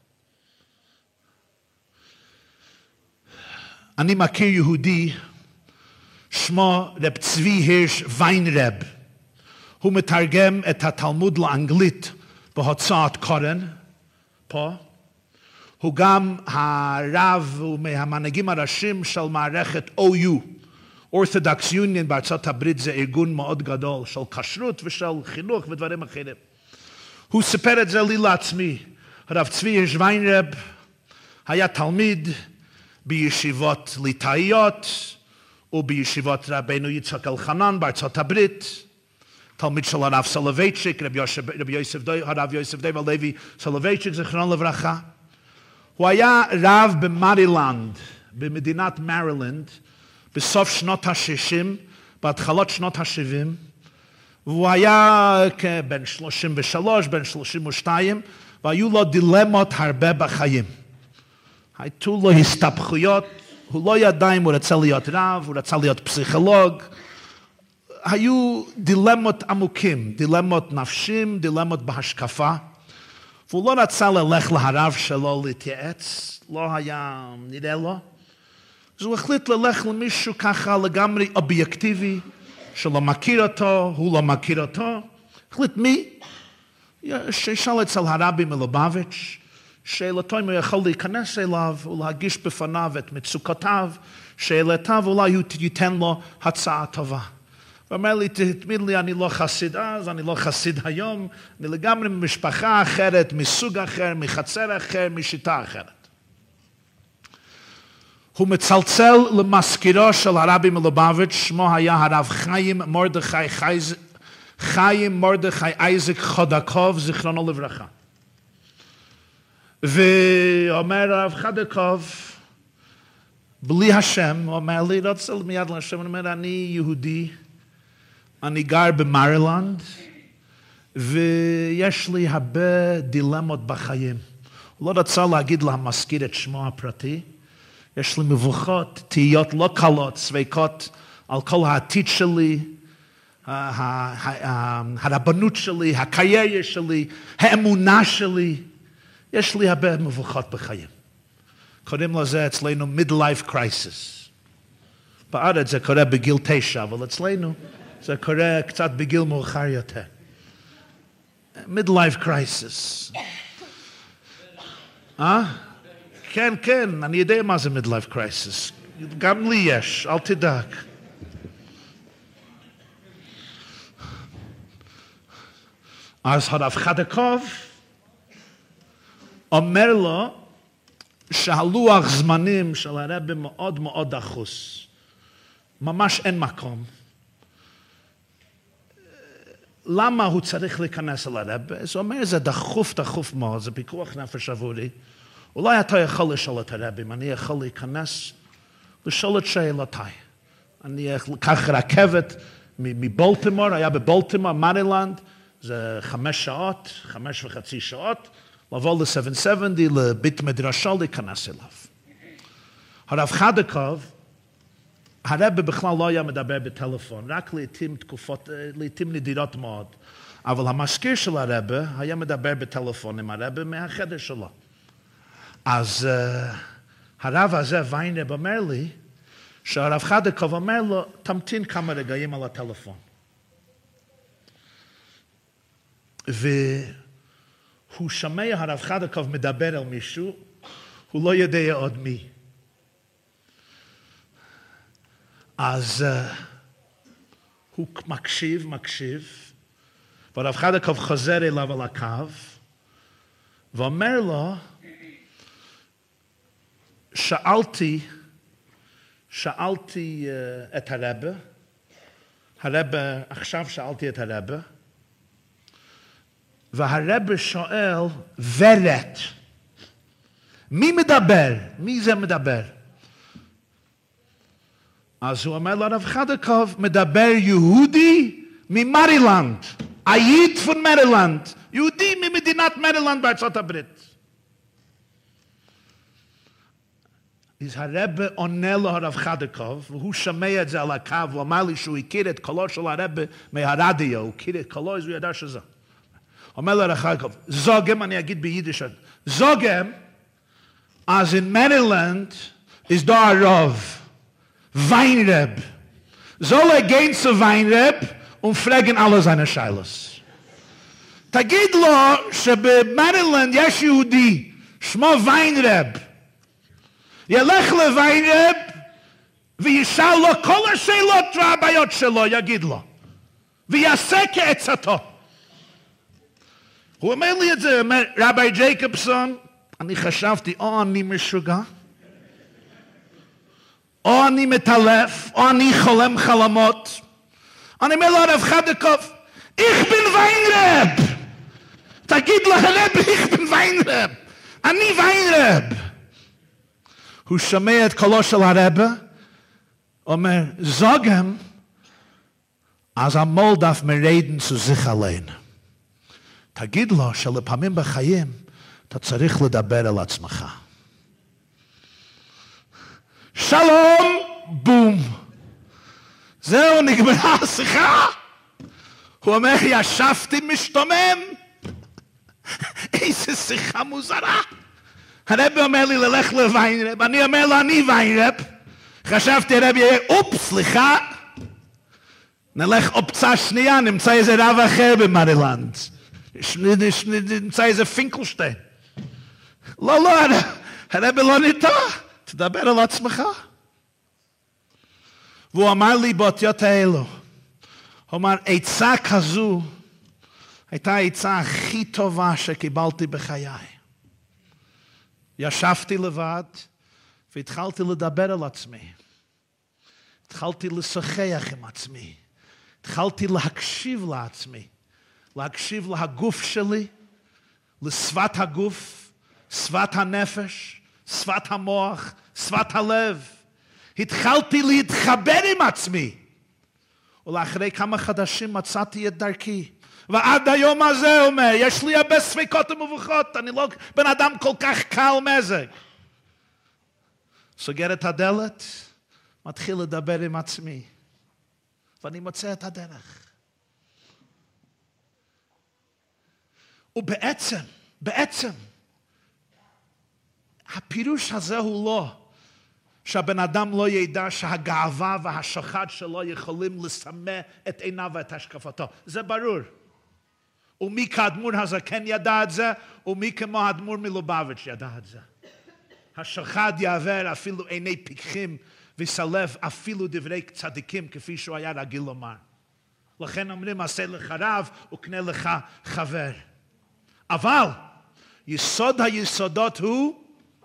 אני מכיר יהודי, שמו רב צבי הירש ויינרב. הוא מתרגם את התלמוד לאנגלית בהוצאת קורן, פה. הוא גם הרב ומהמנהיגים הראשיים של מערכת או יו. אורתודוקס יוניון בארצות הברית זה ארגון מאוד גדול של כשרות ושל חינוך ודברים אחרים. הוא סיפר את זה לי לעצמי. הרב צבי הירש ויינרב היה תלמיד בישיבות ליטאיות ובישיבות רבנו יצחק אלחנן בארצות הברית. תלמיד של הרב סולובייצ'יק, רב יוסף דוי, הרב יוסף דוי הלוי סולובייצ'יק, זיכרונו לברכה. הוא היה רב במרילנד, במדינת מרילנד, בסוף שנות ה-שישים, בהתחלות שנות ה-שבעים, והוא היה בן שלושים ושלוש, בן שלושים ושתיים, והיו לו דילמות הרבה בחיים. הייתו לו הסתבכויות, הוא לא ידע אם הוא רצה להיות רב, הוא רצה להיות פסיכולוג. היו דילמות עמוקים, דילמות נפשים, דילמות בהשקפה, והוא לא רצה ללך להרב שלו להתייעץ, לא היה נראה לו. אז הוא החליט ללך למישהו ככה לגמרי אובייקטיבי, שלא מכיר אותו, הוא לא מכיר אותו. החליט מי? שישאל אצל הרבי מלובביץ', שאלתו אם הוא יכול להיכנס אליו ולהגיש בפניו את מצוקותיו, שאלתיו אולי הוא ייתן לו הצעה טובה. הוא אומר לי, תתמיד לי, אני לא חסיד אז, אני לא חסיד היום, אני לגמרי ממשפחה אחרת, מסוג אחר, מחצר אחר, משיטה אחרת. הוא מצלצל למזכירו של הרבי מלובביץ', שמו היה הרב חיים מרדכי חיים מרדכי אייזק חודקוב, זיכרונו לברכה. ואומר הרב חודקוב, בלי השם, הוא אומר לי, רוצה מיד להשם, הוא אומר, אני יהודי, אני גר במרילנד, ויש לי הרבה דילמות בחיים. הוא לא רצה להגיד למזכיר את שמו הפרטי, יש לי מבוכות, תהיות לא קלות, ספקות על כל העתיד שלי, הרבנות שלי, הקריירה שלי, האמונה שלי. יש לי הרבה מבוכות בחיים. קוראים לזה אצלנו midlife crisis. בארץ זה קורה בגיל תשע, אבל אצלנו זה קורה קצת בגיל מאוחר יותר. midlife crisis. אה? כן, כן, אני יודע מה זה midlife crisis. גם לי יש, אל תדאג. אז הרב חדקוב אומר לו שהלוח זמנים של הרב מאוד מאוד דחוס. ממש אין מקום. למה הוא צריך להיכנס אל הרב? זה אומר, זה דחוף, דחוף מאוד, זה פיקוח נפש עבורי. אולי אתה יכול לשאול את הרב, אם אני יכול להיכנס, לשאול את שאלותיי. אני אקח רכבת מבולטימור, היה בבולטימור, מרילנד, זה חמש שעות, חמש וחצי שעות, לבוא ל-שבע שבעים, לבית מדרשה, להיכנס אליו. הרב חדקוב, הרב בכלל לא היה מדבר בטלפון, רק לעתים תקופות, לעתים נדירות מאוד. אבל המזכיר של הרב היה מדבר בטלפון עם הרב מהחדר שלו. אז uh, הרב הזה, ויינרב, אומר לי, שהרב חדקוב אומר לו, תמתין כמה רגעים על הטלפון. והוא שומע הרב חדקוב מדבר על מישהו, הוא לא יודע עוד מי. אז uh, הוא מקשיב, מקשיב, והרב חדקוב חוזר אליו על הקו, ואומר לו, שאלתי, שאלתי uh, את הרב, הרב, עכשיו שאלתי את הרב, והרב שואל, ורת, מי מדבר? מי זה מדבר? אז הוא אומר לרב חדקוב, מדבר יהודי ממרילנד, עיד פון מרילנד, יהודי ממדינת מרילנד בארצות הברית. אז הרב עונה לו הרב חדקוב, והוא שומע את זה על הקו, הוא אמר לי שהוא הכיר את קולו של הרב מהרדיו, הוא הכיר את קולו, אז הוא ידע שזה. אומר לו הרב חדקוב, זוגם, אני אגיד ביידיש, זוגם, אז in Maryland is da הרב, Weinreb. Soll er gehen zu Weinreb und fragen alle seine Scheiles. תגיד לו שבמרילנד יש יהודי, שמו ויינרב. ילך לוויינרב וישאל לו כל השאלות והבעיות שלו, יגיד לו. ויעשה כעצתו. הוא אומר לי את זה, אומר, רבי ג'ייקובסון, אני חשבתי, או אני משוגע, או אני מטלף, או אני חולם חלומות. אני אומר לו, הרב חדקוב, איך בן ויינרב. תגיד להרב, איך בן ויינרב. אני ויינרב. הוא שומע את קולו של הרב, אומר, זוגם, אז המול דף מרדן zu sich allein. תגיד לו שלפעמים בחיים, אתה צריך לדבר על עצמך. שלום, בום. זהו, נגמרה השיחה. הוא אומר, ישבתי משתומם. איזה שיחה מוזרה. הרב אומר לי ללך לוויינרב, אני אומר לו, אני ויינרב. חשבתי, הרב יהיה, אופס, סליחה. נלך אופצה שנייה, נמצא איזה רב אחר במרילנד. נמצא איזה פינקלשטיין. לא, לא, הרב לא ניתן. תדבר על עצמך. והוא אמר לי באותיות האלו, הוא אמר, עצה כזו, הייתה העצה הכי טובה שקיבלתי בחיי. ישבתי לבד, והתחלתי לדבר על עצמי. התחלתי לשוחח עם עצמי. התחלתי להקשיב לעצמי. להקשיב להגוף שלי, לשפת הגוף, שפת הנפש, שפת המוח, שפת הלב. התחלתי להתחבר עם עצמי. ולאחרי כמה חדשים מצאתי את דרכי. ועד היום הזה הוא אומר, יש לי הרבה ספקות ומבוכות, אני לא בן אדם כל כך קל מזג. סוגר את הדלת, מתחיל לדבר עם עצמי. ואני מוצא את הדרך. ובעצם, בעצם, הפירוש הזה הוא לא שהבן אדם לא ידע שהגאווה והשוחד שלו יכולים לסמא את עיניו ואת השקפתו. זה ברור. ומי כאדמו"ר הזקן ידע את זה, ומי כמו האדמו"ר מלובביץ' ידע את זה. השחד יעבר אפילו עיני פיקחים, ויסלף אפילו דברי צדיקים, כפי שהוא היה רגיל לומר. לכן אומרים, עשה לך רב וקנה לך חבר. אבל יסוד היסודות הוא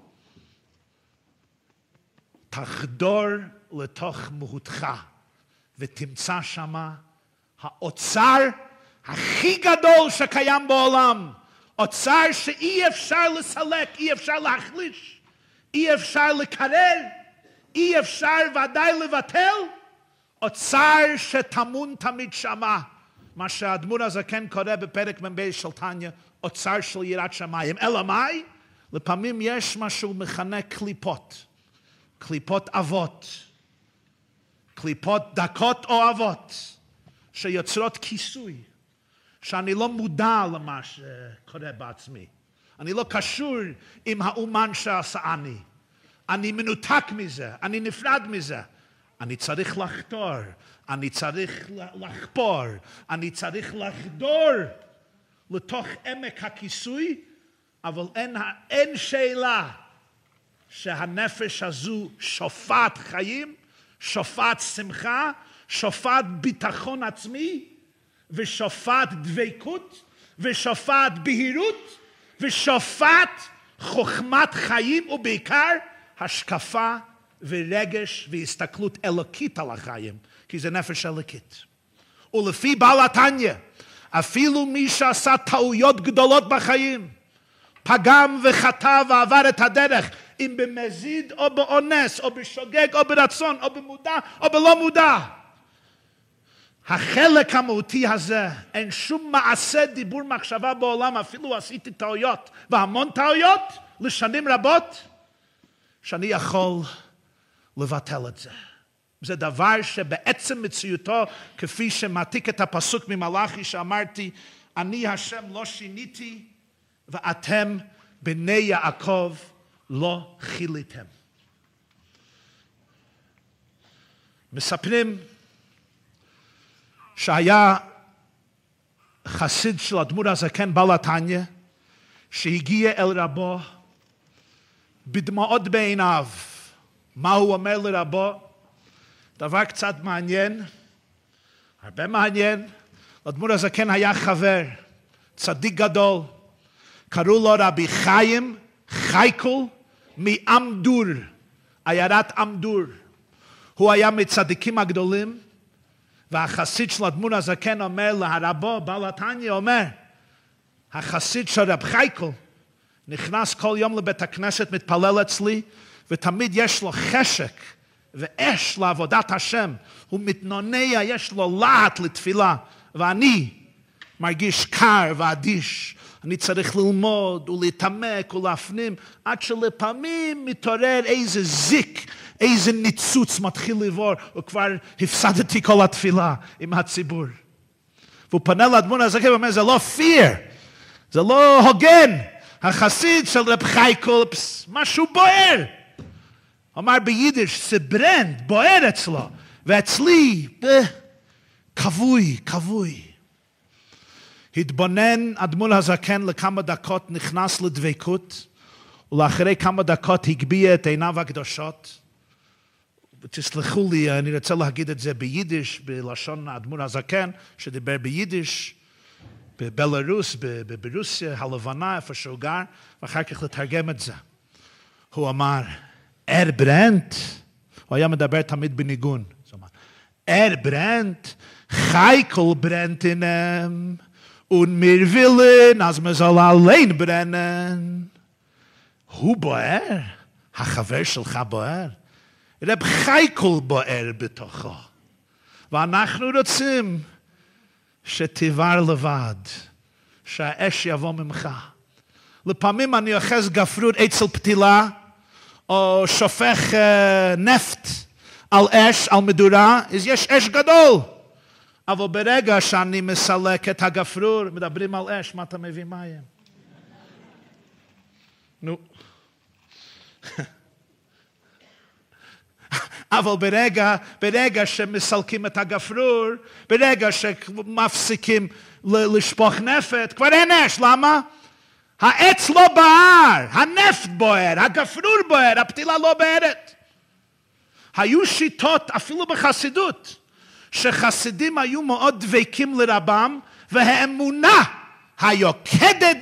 תחדור לתוך מהותך ותמצא שמה האוצר הכי גדול שקיים בעולם, אוצר שאי אפשר לסלק, אי אפשר להחליש, אי אפשר לקרר, אי אפשר ודאי לבטל, אוצר שטמון תמיד שמה, מה שהאדמו"ר הזקן קורא בפרק מ"ב של תניא, אוצר של יראת שמיים. אלא מאי? לפעמים יש מה שהוא מכנה קליפות, קליפות אבות, קליפות דקות או אבות, שיוצרות כיסוי, שאני לא מודע למה שקורה בעצמי. אני לא קשור עם האומן שעשה אני. אני מנותק מזה, אני נפרד מזה. אני צריך לחתור, אני צריך לחפור, אני צריך לחדור לתוך עמק הכיסוי, אבל אין, אין שאלה שהנפש הזו שופעת חיים, שופעת שמחה, שופעת ביטחון עצמי, ושופעת דבקות, ושופעת בהירות, ושופעת חוכמת חיים, ובעיקר השקפה ורגש והסתכלות אלוקית על החיים, כי זה נפש אלוקית. ולפי בעל התניא, אפילו מי שעשה טעויות גדולות בחיים, פגם וחטא ועבר את הדרך, אם במזיד או באונס, או בשוגג או ברצון, או במודע או בלא מודע, החלק המהותי הזה, אין שום מעשה, דיבור, מחשבה בעולם, אפילו עשיתי טעויות, והמון טעויות, לשנים רבות, שאני יכול לבטל את זה. זה דבר שבעצם מציאותו, כפי שמעתיק את הפסוק ממלאכי שאמרתי, אני השם לא שיניתי, ואתם בני יעקב לא חיליתם. מספרים שהיה חסיד של האדמו"ר הזקן בעל התניא, שהגיע אל רבו בדמעות בעיניו. מה הוא אומר לרבו? דבר קצת מעניין, הרבה מעניין. לאדמו"ר הזקן היה חבר, צדיק גדול, קראו לו רבי חיים חייקל מאמדור, עיירת אמדור. הוא היה מצדיקים הגדולים, והחסיד של האדמו"ר הזקן אומר להרבו, בעל התניא אומר, החסיד של רב חייקל נכנס כל יום לבית הכנסת, מתפלל אצלי, ותמיד יש לו חשק ואש לעבודת השם. הוא מתנונע, יש לו להט לתפילה, ואני מרגיש קר ואדיש. אני צריך ללמוד ולהתעמק ולהפנים, עד שלפעמים מתעורר איזה זיק, איזה ניצוץ מתחיל לבור, וכבר הפסדתי כל התפילה עם הציבור. והוא פנה לאדמו"ר הזקן ואומר, זה לא פיר, זה לא הוגן. החסיד של רב חייקל, משהו בוער. אמר ביידיש, זה ברנד, בוער אצלו, ואצלי, כבוי, כבוי. התבונן אדמו"ר הזקן לכמה דקות, נכנס לדבקות, ולאחרי כמה דקות הגביה את עיניו הקדושות. ותסלחו לי, אני רוצה להגיד את זה ביידיש, בלשון האדמו"ר הזקן, שדיבר ביידיש, בבלרוס, ברוסיה הלבנה, איפה שהוא גר, ואחר כך לתרגם את זה. הוא אמר, אר ברנט, הוא היה מדבר תמיד בניגון, אר ברנט, חייקל ברנט אינם, und mir willen, als man soll allein brennen. הוא בוער, החבר שלך בוער. רב חייקל בוער בתוכו. ואנחנו רוצים שתיבר לבד, שהאש יבוא ממך. לפעמים אני אוחז גפרור אצל פתילה, או שופך uh, נפט על אש, על מדורה, אז יש אש גדול. אבל ברגע שאני מסלק את הגפרור, מדברים על אש, מה אתה מביא מים? נו. אבל ברגע, ברגע שמסלקים את הגפרור, ברגע שמפסיקים לשפוך נפט, כבר אין אש, למה? העץ לא בער, הנפט בוער, הגפרור בוער, הפתילה לא בערת. היו שיטות, אפילו בחסידות, שחסידים היו מאוד דבקים לרבם, והאמונה היוקדת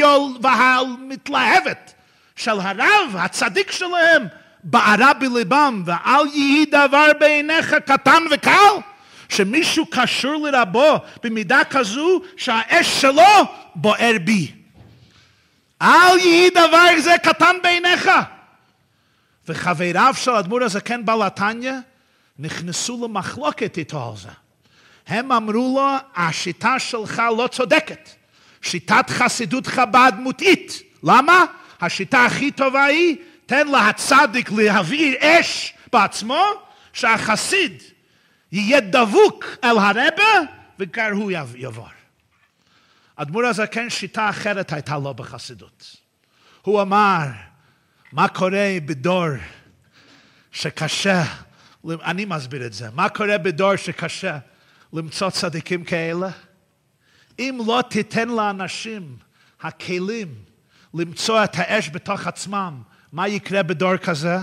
והמתלהבת של הרב, הצדיק שלהם, בערה בליבם, ואל יהי דבר בעיניך קטן וקל, שמישהו קשור לרבו במידה כזו שהאש שלו בוער בי. אל יהי דבר זה קטן בעיניך. וחבריו של האדמו"ר הזקן בעל התניא נכנסו למחלוקת איתו על זה. הם אמרו לו, השיטה שלך לא צודקת. שיטת חסידות חב"ד מוטעית. למה? השיטה הכי טובה היא, תן להצדיק להבעיר אש בעצמו, שהחסיד יהיה דבוק אל הרבה, וכבר הוא יעבור. האדמו"ר הזקן שיטה אחרת הייתה לו בחסידות. הוא אמר, מה קורה בדור שקשה, אני מסביר את זה, מה קורה בדור שקשה למצוא צדיקים כאלה? אם לא תיתן לאנשים הכלים למצוא את האש בתוך עצמם, מה יקרה בדור כזה?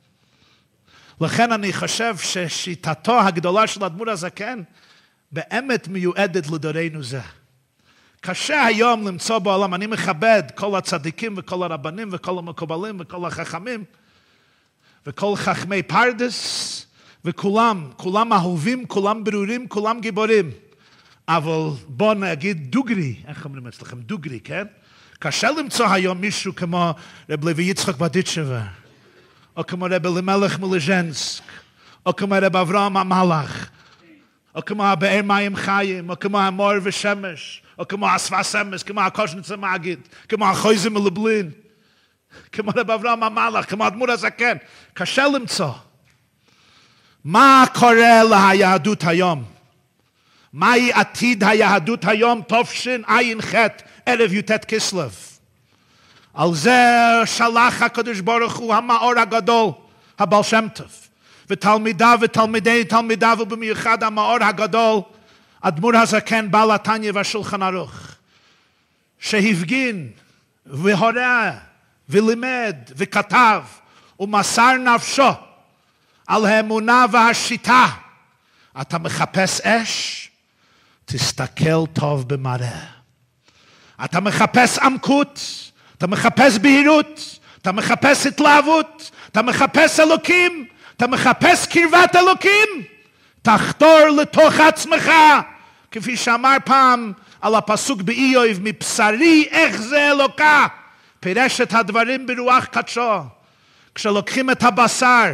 לכן אני חושב ששיטתו הגדולה של האדמו"ר הזקן באמת מיועדת לדורנו זה. קשה היום למצוא בעולם, אני מכבד כל הצדיקים וכל הרבנים וכל המקובלים וכל החכמים וכל חכמי פרדס וכולם, כולם אהובים, כולם ברורים, כולם גיבורים. אבל בוא נגיד דוגרי, איך אומרים אצלכם? דוגרי, כן? קשה למצוא היום מישהו כמו רב לוי יצחק ברדיצ'ב, או כמו רב אלימלך מליז'נסק, או כמו רב אברהם המלאך, או כמו הבאר מים חיים, או כמו המור ושמש, או כמו השפע סמס, כמו הקושניצה מגיד, כמו החויזה מלובלין, כמו רב אברהם המלאך, כמו האדמו"ר הזקן. קשה למצוא. מה קורה ליהדות היום? מהי עתיד היהדות היום? תשע"ח, ערב י"ט כסלו. על זה שלח הקדוש ברוך הוא המאור הגדול, הבעל שם טוב, ותלמידיו ותלמידי תלמידיו, ובמיוחד המאור הגדול, האדמו"ר הזקן בעל התניא והשולחן ערוך, שהפגין והורה ולימד וכתב ומסר נפשו על האמונה והשיטה. אתה מחפש אש? תסתכל טוב במראה. אתה מחפש עמקות, אתה מחפש בהירות, אתה מחפש התלהבות, אתה מחפש אלוקים, אתה מחפש קרבת אלוקים, תחתור לתוך עצמך, כפי שאמר פעם על הפסוק באיוב, מבשרי איך זה אלוקה, פירש את הדברים ברוח קדשו. כשלוקחים את הבשר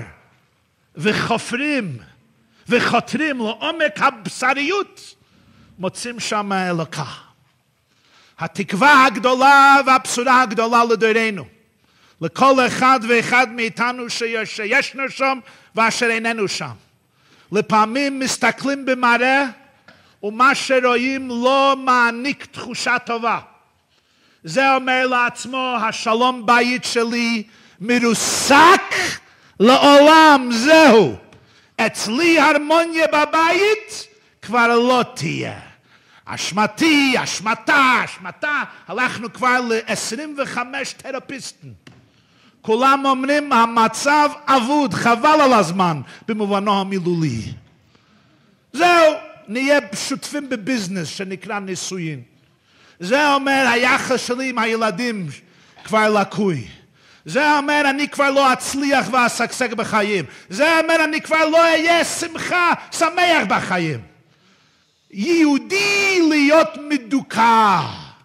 וחופרים וחותרים לעומק הבשריות, מוצאים שם אלוקה. התקווה הגדולה והבשורה הגדולה לדורנו, לכל אחד ואחד מאיתנו שישנו שם ואשר איננו שם. לפעמים מסתכלים במראה, ומה שרואים לא מעניק תחושה טובה. זה אומר לעצמו, השלום בית שלי מרוסק לעולם, זהו. אצלי הרמוניה בבית כבר לא תהיה. אשמתי, אשמתה, אשמתה, הלכנו כבר ל-עשרים וחמישה תרפיסטים. כולם אומרים, המצב אבוד, חבל על הזמן, במובנו המילולי. זהו, נהיה שותפים בביזנס שנקרא נישואין. זה אומר, היחס שלי עם הילדים כבר לקוי. זה אומר, אני כבר לא אצליח ואשגשג בחיים. זה אומר, אני כבר לא אהיה שמחה, שמח בחיים. יהודי להיות מדוכא,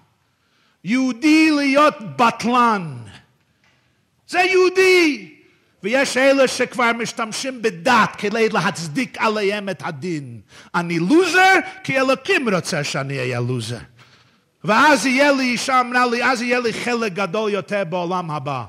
יהודי להיות בטלן, זה יהודי. ויש אלה שכבר משתמשים בדת כדי להצדיק עליהם את הדין. אני לוזר כי אלוקים רוצה שאני אהיה לוזר. ואז יהיה לי, אישה אמרה לי, אז יהיה לי חלק גדול יותר בעולם הבא.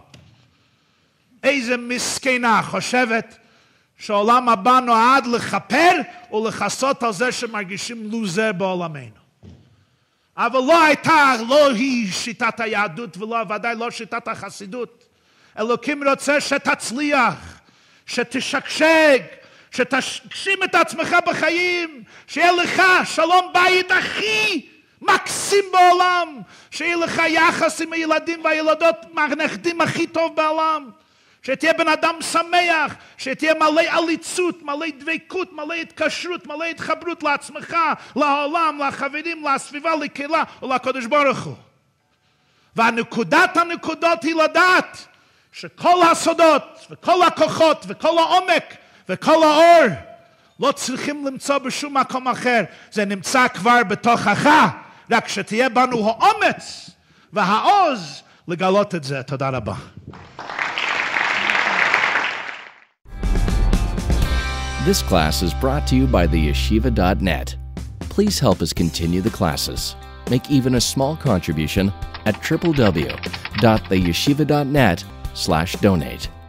איזה מסכנה חושבת שהעולם הבא נועד לכפר ולכסות על זה שמרגישים לוזר בעולמנו. אבל לא הייתה, לא היא שיטת היהדות ולא, ודאי לא שיטת החסידות. אלוקים רוצה שתצליח, שתשקשק, שתגשים את עצמך בחיים, שיהיה לך שלום בית הכי מקסים בעולם, שיהיה לך יחס עם הילדים והילדות, מהנכדים הכי טוב בעולם, שתהיה בן אדם שמח, שתהיה מלא עליצות, מלא דבקות, מלא התקשרות, מלא התחברות לעצמך, לעולם, לחברים, לסביבה, לקהילה ולקדוש ברוך הוא. והנקודת הנקודות היא לדעת שכל הסודות וכל הכוחות וכל העומק וכל האור לא צריכים למצוא בשום מקום אחר. זה נמצא כבר בתוכך, רק שתהיה בנו האומץ והעוז לגלות את זה. תודה רבה. This class is brought to you by the yeshiva dot net. Please help us continue the classes. Make even a small contribution at w w w dot the yeshiva dot net slash donate.